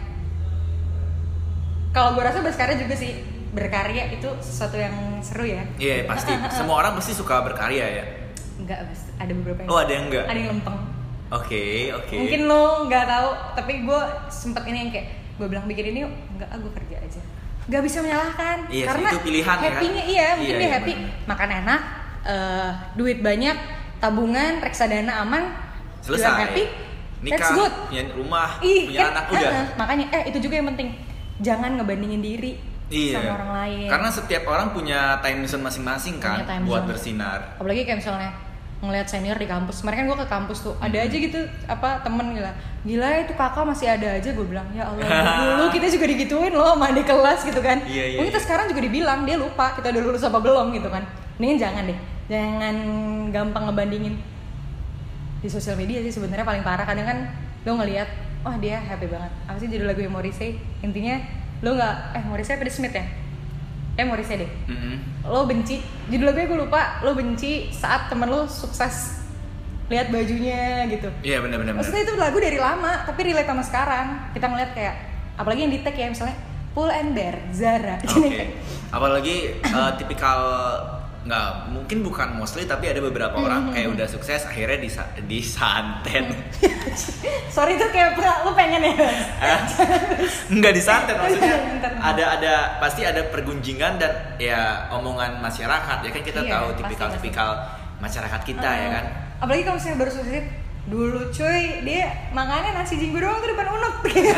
kalau gue rasa berkarya juga sih, berkarya itu sesuatu yang seru ya. Iya pasti, semua orang pasti suka berkarya ya. Enggak, ada beberapa yang ada yang enggak? Ada yang lempeng. Oke. Mungkin lo nggak tahu, tapi gue sempet ini yang kayak gue bilang bikin ini yuk, enggak, gue kerja aja. Gak bisa menyalahkan. Iya, karena itu pilihan happy-nya kan? Iya, mungkin dia happy, makan enak, duit banyak, tabungan, reksadana aman, selesai. Happy, nikah, that's good. Punya rumah, punya anak udah. Makanya itu juga yang penting. Jangan ngebandingin diri sama orang lain. Karena setiap orang punya time zone masing-masing kan buat bersinar. Apalagi kayak misalnya ngelihat senior di kampus. Kemarin kan gue ke kampus tuh, ada aja gitu temen gila itu kakak masih ada aja. Gue bilang ya Allah, dulu kita juga digituin loh sama adik kelas gitu kan. Mungkin kita sekarang juga dibilang, dia lupa kita udah lulus apa belum gitu kan. Mendingan jangan gampang ngebandingin di sosial media sih sebenarnya paling parah. Kadang kan lo ngelihat, wah dia happy banget, apa sih judul lagu Morrissey, intinya lo nggak Morrissey apa The Smith ya? Morrissey deh. Lo benci, judul lagunya gue lupa, lo benci saat temen lo sukses lihat bajunya gitu. Iya benar. Maksudnya itu lagu dari lama tapi relate sama sekarang. Kita ngeliat kayak apalagi yang di tag ya, misalnya Pull and Bear, Zara. Apalagi tipikal, nggak mungkin bukan mostly tapi ada beberapa orang kayak udah sukses akhirnya disantet. Sorry itu kayak lu pengen ya? Nggak disantet, maksudnya ada pasti ada pergunjingan dan ya omongan masyarakat ya kan, kita tahu tipikal masyarakat kita ya kan. Apalagi kalau misalnya baru sukses, dulu cuy dia makannya nasi jinggo doang tuh depan Unuk.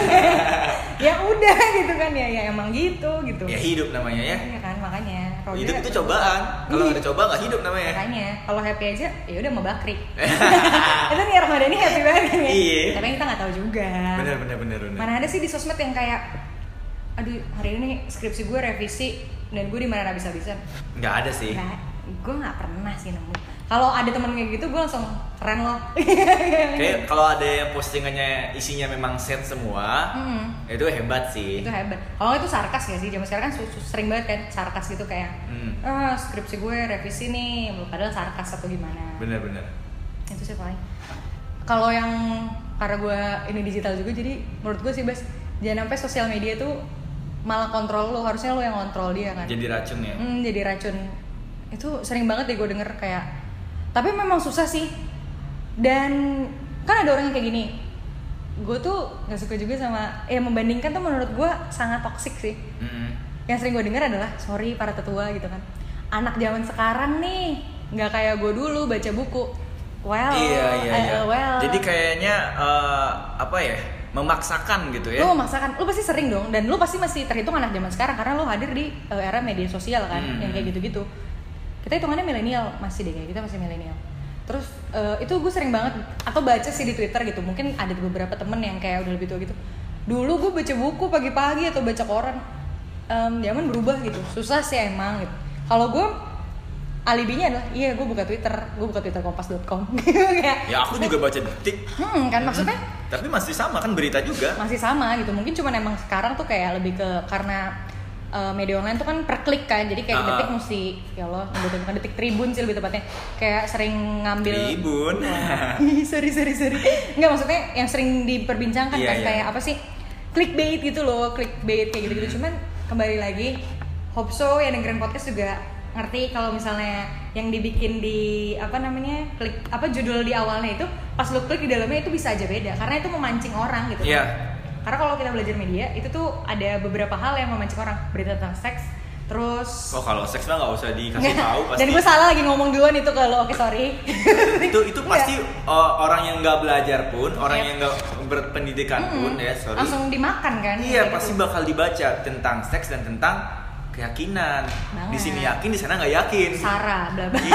Ya udah gitu kan ya emang gitu. Ya hidup namanya ya. Iya kan, makanya. Hidup itu cobaan. Kalau nggak ada coba nggak hidup namanya. Makanya kalau happy aja ya udah mau bakri. Itu nih Ramadan ini happy banget kan ya. Iya. Tapi kita nggak tahu juga. Bener. Mana ada sih di sosmed yang kayak, aduh hari ini skripsi gue revisi dan gue di mana habis-habisan. Nggak ada sih. Gue nggak pernah sih nemu. Kalau ada temen kayak gitu gue langsung keren loh. Kayak kalau ada yang postingannya isinya memang set semua, itu hebat sih. Itu hebat. Kalau itu sarkas ya sih, zaman sekarang kan sering banget kan sarkas gitu kayak, skripsi gue revisi nih, padahal sarkas atau gimana. Bener. Itu sih paling. Kalau yang karena gue ini digital juga, jadi menurut gue sih Bas, jangan sampai sosial media tuh malah kontrol lo, harusnya lo yang kontrol dia kan. Jadi racun ya. Jadi racun. Itu sering banget deh gue denger kayak. Tapi memang susah sih. Dan kan ada orang yang kayak gini. Gue tuh gak suka juga sama membandingkan tuh menurut gue sangat toksik sih. Yang sering gue dengar adalah, sorry para tetua gitu kan, anak zaman sekarang nih gak kayak gue dulu baca buku. Iya. Jadi kayaknya memaksakan gitu ya. Lo memaksakan, lo pasti sering dong. Dan lo pasti masih terhitung anak zaman sekarang karena lo hadir di era media sosial kan, yang kayak gitu-gitu. Kita hitungannya milenial masih deh, kayak kita masih milenial. Terus itu gue sering banget atau baca sih di Twitter gitu, mungkin ada beberapa temen yang kayak udah lebih tua gitu, dulu gue baca buku pagi-pagi atau baca koran. Zaman berubah gitu, susah sih emang gitu. Kalau gue alibinya adalah gue buka Twitter kompas.com. Ya aku juga baca Detik. Kan maksudnya tapi masih sama kan, berita juga masih sama gitu. Mungkin cuma emang sekarang tuh kayak lebih ke karena media online tuh kan per klik kan, jadi kayak Detik mesti ya Allah, bukan Detik, Tribun sih lebih tepatnya, kayak sering ngambil Tribun. sorry nggak, maksudnya yang sering diperbincangkan kan kayak apa sih, clickbait gitu loh, clickbait kayak gitu. Cuman kembali lagi, hope so yang dengerin podcast juga ngerti kalau misalnya yang dibikin di klik judul di awalnya itu pas lo klik di dalamnya itu bisa aja beda karena itu memancing orang gitu. Karena kalau kita belajar media, itu tuh ada beberapa hal yang memancing orang. Berita tentang seks, terus... kalau seks mah gak usah dikasih tahu pasti. Dan gue salah lagi ngomong duluan itu ke lo, oke sorry. itu pasti orang yang gak belajar pun, orang yang gak berpendidikan pun ya, sorry. Langsung dimakan kan? Iya, pasti bakal dibaca tentang seks dan tentang keyakinan. Di sini yakin, di sana nggak yakin. Sarah, bla bla.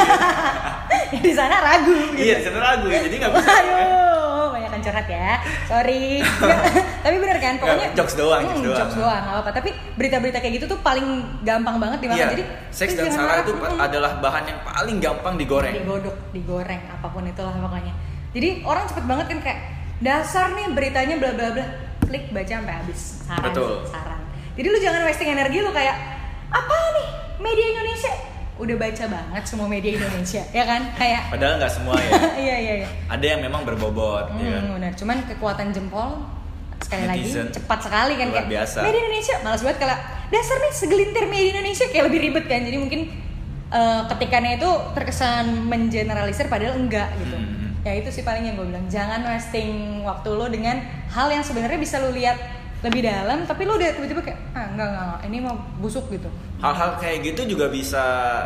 Di sana ragu. Gitu. Iya, di sana ragu ya, jadi nggak bisa. Aduh, banyak curhat ya. Sorry. Tapi bener kan, pokoknya jokes doang. Jokes doang, nggak apa-apa. Tapi berita-berita kayak gitu tuh paling gampang banget dimakan. Jadi seks dan Sarah itu adalah bahan yang paling gampang digoreng. Digoreng, apapun itulah pokoknya. Jadi orang cepet banget kan kayak dasar nih beritanya bla bla bla. Klik baca sampai habis. Saran. Jadi lu jangan wasting energi lu kayak apa nih media Indonesia, udah baca banget semua media Indonesia ya kan, kayak padahal nggak semua ya. Iya ada yang memang berbobot ya kan? Benar, cuman kekuatan jempol sekali netizen lagi cepat sekali kan, kayak biasa. Media Indonesia malas banget kalau dasar nih segelintir media Indonesia kayak lebih ribet kan, jadi mungkin ketikannya itu terkesan mengeneralisir padahal enggak gitu. Ya itu sih paling yang gue bilang, jangan wasting waktu lo dengan hal yang sebenarnya bisa lo lihat lebih dalam, tapi lo udah tiba-tiba kayak enggak, ini mau busuk gitu. Hal-hal kayak gitu juga bisa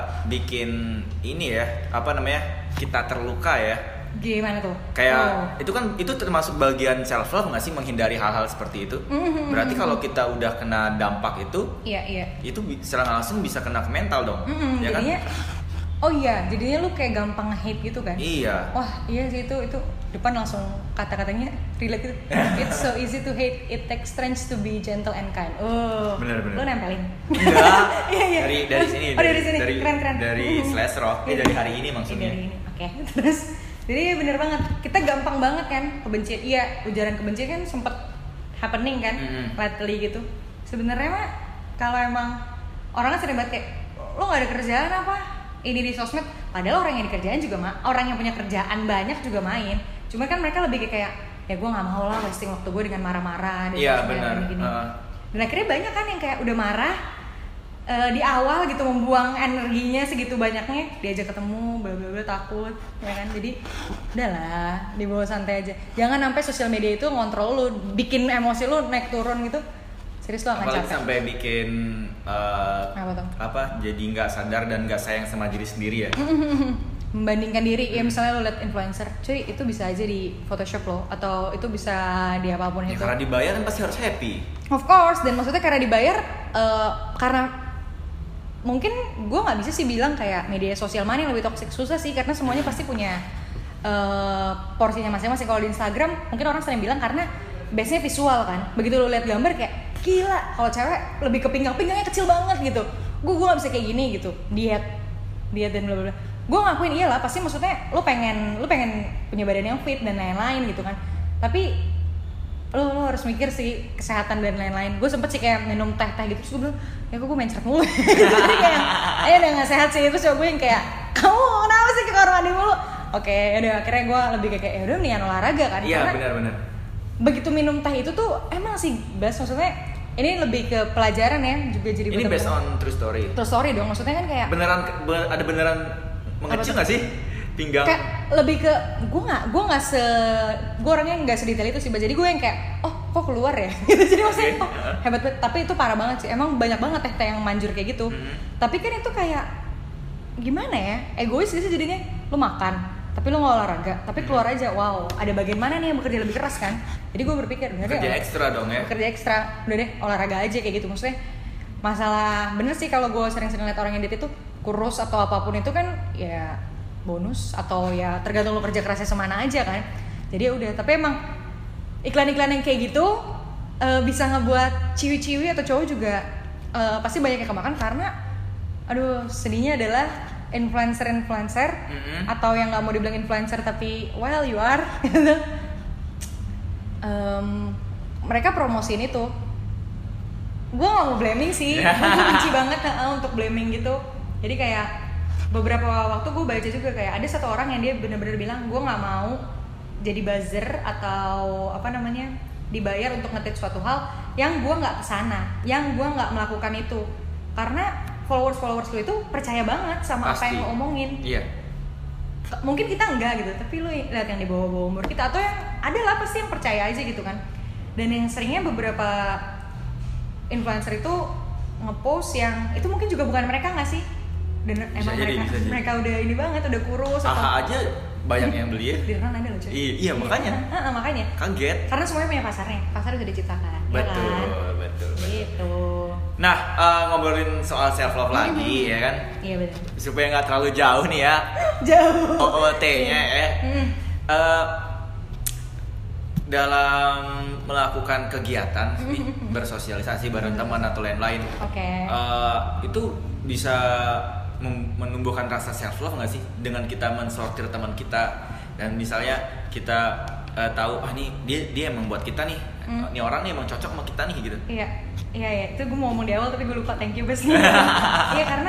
bikin ini ya, kita terluka ya. Gimana tuh? Kayak itu termasuk bagian self love nggak sih, menghindari hal-hal seperti itu? Berarti kalau kita udah kena dampak itu, iya. itu secara langsung bisa kena ke mental dong, ya jadinya, kan? Oh iya, jadinya lu kayak gampang hate gitu kan? Iya. Wah iya sih itu depan langsung kata-katanya relate gitu. It's so easy to hate, it takes strength to be gentle and kind. Oh, bener. Lu nempelin? Enggak. Iya. Dari sini. Oh dari sini, keren. Dari slash rock, dari hari ini maksudnya. Dari ini, oke. Terus, jadi bener banget. Kita gampang banget kan kebencian. Iya, ujaran kebencian kan sempet happening kan, lately gitu. Sebenarnya mah kalau emang orang kan sering banget kayak lo nggak ada kerjaan apa? Ini di sosmed, padahal orang yang dikerjain juga orang yang punya kerjaan banyak juga main. Cuma kan mereka lebih kayak ya gue nggak mau lah wasting waktu gue dengan marah-marah dan gini-gini. Dan akhirnya banyak kan yang kayak udah marah di awal gitu, membuang energinya segitu banyaknya, diajak ketemu bla bla bla takut ya kan. Jadi udahlah dibawa santai aja, jangan sampai sosial media itu ngontrol lu, bikin emosi lu naik turun gitu. Serius lo akan capek. Sampai bikin apa jadi nggak sadar dan nggak sayang sama diri sendiri ya. Membandingkan diri ya, misalnya lo liat influencer, cuy itu bisa aja di Photoshop lo, atau itu bisa di apapun ya, itu. Karena dibayar kan pasti harus happy. Of course, dan maksudnya karena dibayar karena mungkin gue nggak bisa sih bilang kayak media sosial mana yang lebih toksik, susah sih karena semuanya pasti punya porsinya masing-masing. Kalau di Instagram mungkin orang sering bilang karena base-nya visual kan, begitu lo lihat gambar kayak gila, kalau cewek lebih ke pinggangnya kecil banget gitu, gue nggak bisa kayak gini gitu, diet dan bla bla. Gue ngakuin iyalah, pasti maksudnya lo pengen punya badan yang fit dan lain-lain gitu kan, tapi lo harus mikir sih kesehatan dan lain-lain. Gue sempet sih kayak minum teh gitu, terus gue bilang ya kok gue mencret mulu jadi kayak udah nggak sehat sih. Terus gue yang kayak kamu kenapa sih ke kamar mandi mulu? Oke, udah akhirnya gue lebih kayak ya udah mendingan olahraga kan. Iya benar. Begitu minum teh itu tuh emang sih best, maksudnya ini lebih ke pelajaran ya juga. Jadi ini based on true story. True story dong, maksudnya kan kayak ada beneran mengecil nggak sih pinggang? Kayak lebih ke gue orangnya nggak sedetail itu sih, jadi gue yang kayak oh kok keluar ya gitu. Jadi maksudnya hebat banget, tapi itu parah banget sih, emang banyak banget teh yang manjur kayak gitu. Tapi kan itu kayak gimana ya, egois gitu jadinya. Lu makan tapi lu nggak olahraga, tapi keluar aja, wow ada bagian mana nih yang bekerja lebih keras kan. Jadi gue berpikir kerja ekstra dong ya, kerja ekstra, udah deh olahraga aja kayak gitu. Maksudnya masalah bener sih kalau gue sering-sering liat orang yang diet itu kurus atau apapun itu kan ya bonus, atau ya tergantung lo kerja kerasnya semana aja kan. Jadi ya udah, tapi emang iklan-iklan yang kayak gitu bisa ngebuat ciwi-ciwi atau cowok juga pasti banyak yang kemakan, karena aduh sedihnya adalah influencer atau yang nggak mau dibilang influencer tapi well you are mereka promosiin itu. Gue nggak mau blaming sih, gue benci banget untuk blaming gitu. Jadi kayak beberapa waktu gue baca juga kayak ada satu orang yang dia benar-benar bilang gue nggak mau jadi buzzer atau apa namanya dibayar untuk nge-tweet suatu hal yang gue nggak kesana, yang gue nggak melakukan itu, karena followers lu itu percaya banget sama pasti. Apa yang lo omongin. Iya. Mungkin kita enggak gitu, tapi lu lihat yang di bawah-bawah umur kita atau yang ada lah pasti yang percaya aja gitu kan. Dan yang seringnya beberapa influencer itu ngepost yang itu mungkin juga bukan mereka nggak sih? Dan bisa emang jadi. mereka udah ini banget, udah kurus AHA aja banyak yang beli ya. Di Renan ada loh cuy. Iya makanya. Makanya. Kaget. Karena semuanya punya pasarnya. Pasar udah diciptakan. Betul, ya kan? betul. Gitu. Nah, ngobrolin soal self love lagi ya kan? Iya betul. Supaya nggak terlalu jauh nih ya. Jauh. OOT-nya ya. Dalam melakukan kegiatan bersosialisasi bareng teman atau lain-lain. Oke. Itu bisa menumbuhkan rasa self love nggak sih dengan kita mensortir teman kita, dan misalnya kita tahu nih dia emang buat kita nih, nih orang nih emang cocok sama kita nih gitu. Iya itu gue mau ngomong di awal tapi gue lupa, thank you Bes. Iya karena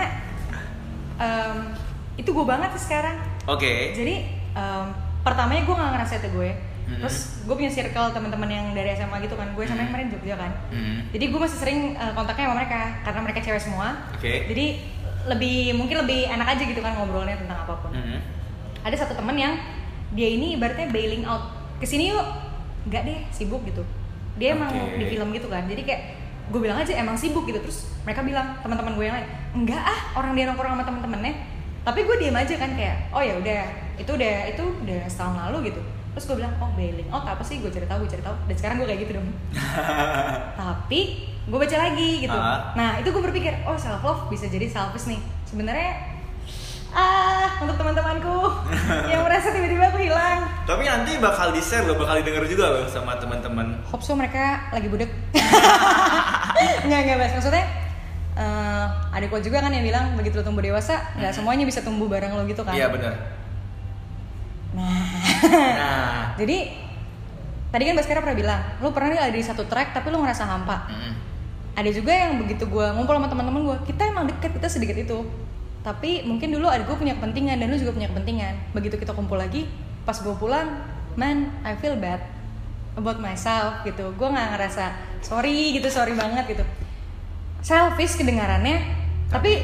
itu gue banget sih sekarang. Oke. Jadi pertamanya gue nggak ngerasa itu gue. Terus gue punya circle teman-teman yang dari SMA gitu kan, gue SMA kemarin Jogja kan. Jadi gue masih sering kontaknya sama mereka karena mereka cewek semua. Jadi mungkin lebih enak aja gitu kan ngobrolnya tentang apapun. Ada satu teman yang dia ini ibaratnya bailing out, kesini yuk, nggak deh sibuk gitu. Dia emang di film gitu kan, jadi kayak gue bilang aja emang sibuk gitu. Terus mereka bilang, teman-teman gue yang lain, enggak orang dia nongkrong sama teman-temannya. Tapi gue diem aja kan kayak oh ya udah itu udah setahun lalu gitu. Terus gue bilang oh bailing out apa sih, gue cari tahu. Dan sekarang gue kayak gitu dong. Tapi gue baca lagi gitu. Nah itu gue berpikir oh self love bisa jadi selfish nih. Sebenarnya Untuk teman-temanku yang merasa tiba-tiba aku hilang. Tapi nanti bakal di-share loh, bakal didengar juga loh sama teman-teman. Hope so mereka lagi budek. Enggak Bas, maksudnya adikku juga kan yang bilang begitu lo tumbuh dewasa nggak semuanya bisa tumbuh bareng lo gitu kan. Iya benar. Nah. Jadi tadi kan Baskara pernah bilang lo pernah ada di satu track tapi lo ngerasa hampa. Ada juga yang begitu gue ngumpul sama teman-teman gue, kita emang deket, kita sedikit itu, tapi mungkin dulu adik gue punya kepentingan dan lu juga punya kepentingan. Begitu kita kumpul lagi, pas gue pulang, man, I feel bad about myself gitu. Gue nggak ngerasa sorry banget gitu. Selfish kedengarannya, tapi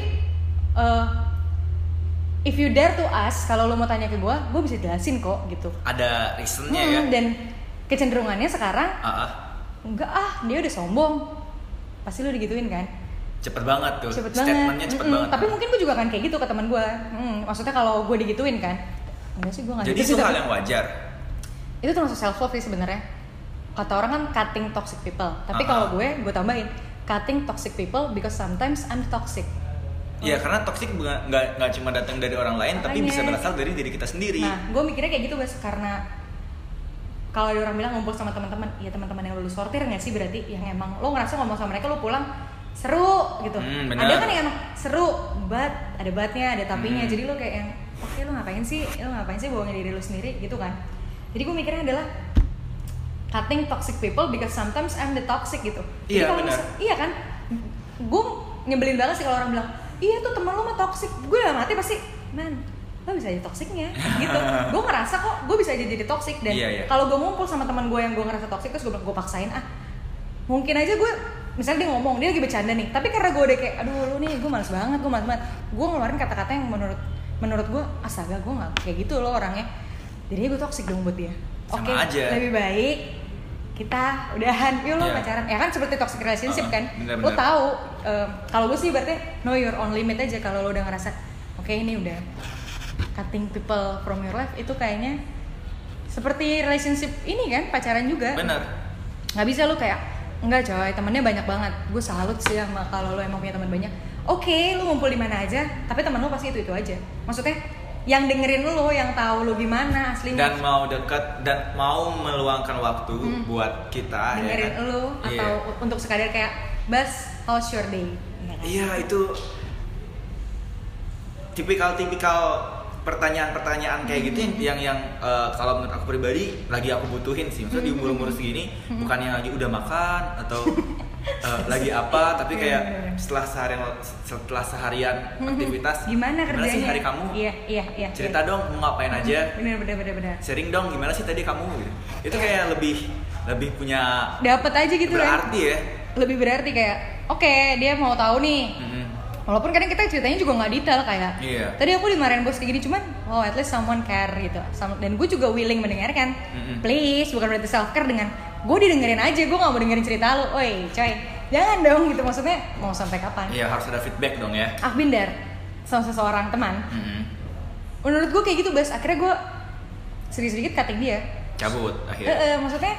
if you dare to ask, kalau lo mau tanya ke gue bisa jelasin kok gitu. Ada reasonnya ya. Dan kecenderungannya sekarang, enggak dia udah sombong, pasti lo digituin kan. Cepet banget tuh, statementnya cepet banget. Tapi mungkin gue juga kan kayak gitu ke teman gue. Maksudnya kalau gue digituin kan, enggak sih gue nggak. Jadi gitu itu hal yang wajar. Itu termasuk self love sih sebenarnya. Kata orang kan cutting toxic people. Tapi kalau gue tambahin cutting toxic people because sometimes I'm toxic. Iya, karena toxic nggak cuma datang dari orang lain, tapi bisa berasal dari diri kita sendiri. Nah, gue mikirnya kayak gitu Bas, karena kalau ada orang bilang ngumpul sama teman-teman, ya teman-teman yang lulus sortir nggak sih berarti yang emang lo ngerasa ngomong sama mereka lo pulang seru gitu. Ada kan yang emang seru, ada batnya, ada tapinya. Jadi lo kayak yang oke, lo ngapain sih bohongin diri lo sendiri gitu kan. Jadi gue mikirnya adalah cutting toxic people because sometimes I'm the toxic gitu. Iya, benar. Iya kan, gue nyebelin banget sih kalau orang bilang iya tuh temen lo mah toxic. Gue dalam hati pasti, man, lo bisa jadi toksiknya gitu. Gue ngerasa kok gue bisa jadi toksik. Dan kalau gue ngumpul sama teman gue yang gue ngerasa toksik, terus gue paksain mungkin aja gue, misalnya dia ngomong, dia lagi bercanda nih, tapi karena gue udah kayak aduh lu nih, gue males banget, gue ngeluarin kata-kata yang menurut gue astaga gue nggak kayak gitu loh orangnya, jadi gue toksik dong buat dia. Oke, lebih baik kita udahan, yuk lo pacaran, ya kan seperti toxic relationship kan. Lo tahu, kalau gue sih berarti know your own limit aja. Kalau lo udah ngerasa oke, ini udah cutting people from your life, itu kayaknya seperti relationship ini kan, pacaran juga. Benar. Nggak bisa lo kayak enggak coy, temennya banyak banget. Gue salut sih sama kalau lo emang punya teman banyak. Oke, lo ngumpul di mana aja, tapi teman lo pasti itu aja. Maksudnya yang dengerin lo, yang tahu lo gimana aslinya. Dan mau deket dan mau meluangkan waktu buat kita dengerin ya, lo atau untuk sekadar kayak Bas, how's your day? Iya, itu tipikal pertanyaan kayak gitu yang kalau menurut aku pribadi lagi aku butuhin sih. Maksudnya di umur segini bukan yang lagi udah makan atau lagi apa, tapi kayak setelah seharian aktivitas gimana kerjanya sih hari kamu? Iya. Cerita dong mau ngapain aja. Bener. Sharing dong gimana sih tadi kamu gitu. Itu kayak lebih punya dapat aja gitu berarti kan. Ya. Lebih berarti kayak oke, dia mau tahu nih. Walaupun kadang kita ceritanya juga nggak detail kayak tadi aku dimarahin bos kayak gini, cuman at least someone care gitu. Dan gue juga willing mendengarkan. Please, bukan berarti self care dengan gue didengerin aja, gue nggak mau dengerin cerita lu. Oi coy, jangan dong gitu. Maksudnya mau sampai kapan? Iya, harus ada feedback dong ya. Binder sama seseorang teman. Menurut gue kayak gitu Bas. Akhirnya gue sedikit cutting dia, cabut akhirnya. Maksudnya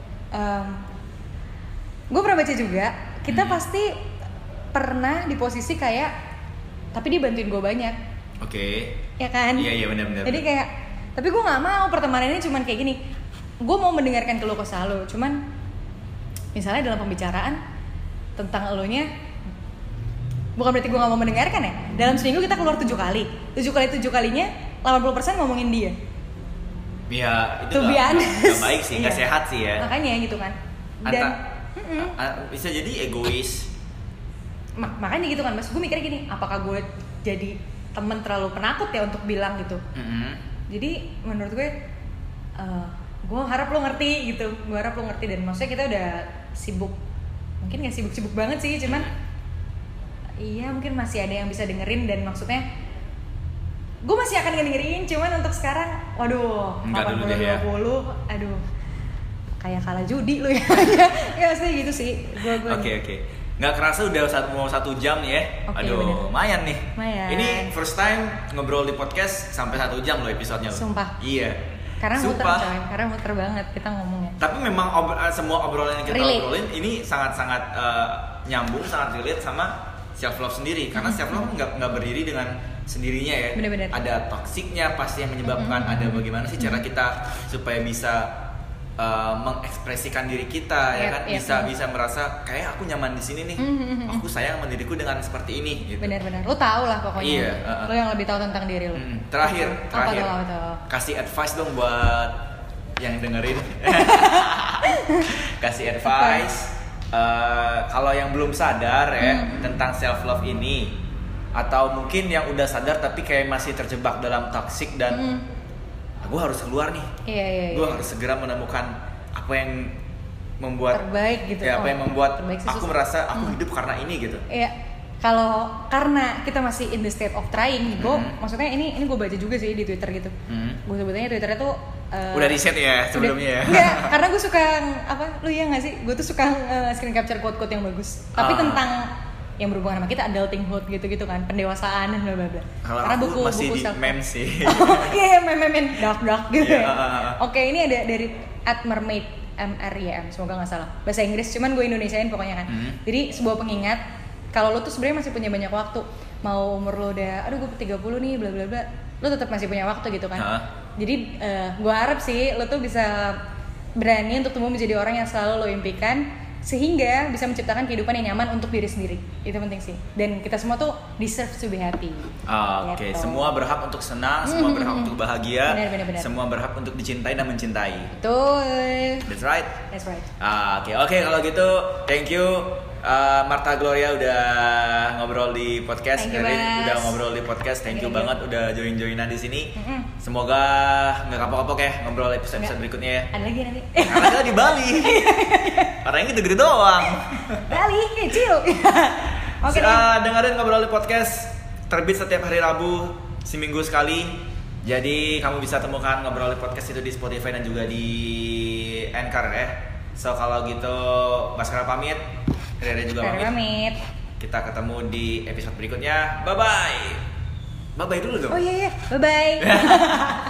gue pernah baca juga, kita pasti pernah di posisi kayak tapi dia bantuin gue banyak. Ya kan? Iya benar. Jadi kayak tapi gue nggak mau pertemanan ini cuman kayak gini. Gue mau mendengarkan keluh kesah lo, cuman misalnya dalam pembicaraan tentang elunya, bukan berarti gue nggak mau mendengarkan ya. Dalam seminggu kita keluar 7 kali, 7 kalinya 80% ngomongin dia. Ya itu nggak baik sih, nggak sehat sih ya. Makanya gitu kan. Dan bisa jadi egois. Makanya gitu kan Mas, gue mikirnya gini, apakah gue jadi temen terlalu penakut ya untuk bilang gitu. Jadi menurut gue gue harap lo ngerti gitu, dan maksudnya kita udah sibuk, mungkin nggak sibuk banget sih, cuman iya mungkin masih ada yang bisa dengerin, dan maksudnya gue masih akan dengerin, cuman untuk sekarang waduh 80-20 aduh kayak kalah judi lo ya. Ya sih gitu sih gue. Oke. Nggak kerasa udah mau 1 jam nih ya. Aduh, bener. Lumayan nih. Ini first time ngobrol di podcast sampai 1 jam loh episodenya. Sumpah. Iya. Karena muter banget kita ngomongnya. Tapi memang semua obrolan yang kita obrolin ini sangat nyambung, sangat relate sama self love sendiri. Karena self love nggak berdiri dengan sendirinya ya. Bener-bener. Ada toksiknya pasti yang menyebabkan, ada bagaimana sih cara kita supaya bisa mengekspresikan diri kita ya kan, bisa merasa kayak aku nyaman di sini nih, aku sayang sama diriku dengan seperti ini gitu. Benar-benar, lu tahu lah pokoknya. Iya, lu yang lebih tahu tentang diri lu. Terakhir Apa tuh? kasih advice dong buat yang dengerin. Kasih advice kalau yang belum sadar ya tentang self love ini, atau mungkin yang udah sadar tapi kayak masih terjebak dalam toxic dan gue harus keluar nih. Gue harus segera menemukan apa yang membuat terbaik gitu. Ya, apa yang membuat aku merasa aku hidup karena ini gitu. Iya. Karena kita masih in the state of trying, maksudnya ini gue baca juga sih di Twitter gitu. Gue sebutnya Twitternya tuh udah riset ya sebelumnya ya. Enggak, karena gue suka lu ya nggak sih? Gue tuh suka screen capture quote-quote yang bagus. Tapi tentang yang berhubungan sama kita, adultinghood gitu-gitu kan, pendewasaan dan bla bla bla. Karena buku masih di meme sih. Iya, meme dark gitu ya. Oke, ini ada dari @mermaid MRYM, semoga nggak salah bahasa Inggris, cuman gue Indonesiain pokoknya kan. Jadi sebuah pengingat kalau lu tuh sebenarnya masih punya banyak waktu, mau umur lu udah gue 30 nih bla bla bla, lu tetap masih punya waktu gitu kan. Jadi gue harap sih lu tuh bisa berani untuk tumbuh menjadi orang yang selalu lo impikan, sehingga bisa menciptakan kehidupan yang nyaman untuk diri sendiri. Itu penting sih. Dan kita semua tuh deserve to be happy. Oke, semua berhak untuk senang, semua berhak untuk bahagia, benar. semua berhak untuk dicintai dan mencintai. Betul. That's right. Oke, kalau gitu thank you Martha Gloria udah ngobrol di podcast. Udah ngobrol di podcast. Thank you banget udah join-joinan di sini. Semoga nggak kapok-kapok ya ngobrol episode berikutnya ya. Ada lagi nanti. Karena kita di Bali. Orangnya gitu-gitu doang. Bali kecil. Oke. Dengerin ngobrol di podcast, terbit setiap hari Rabu, seminggu sekali. Jadi kamu bisa temukan ngobrol di podcast itu di Spotify dan juga di Anchor ya. So kalau gitu Baskara pamit. Rere juga pamit. Kita ketemu di episode berikutnya. Bye bye dulu dong. Oh iya. Bye bye.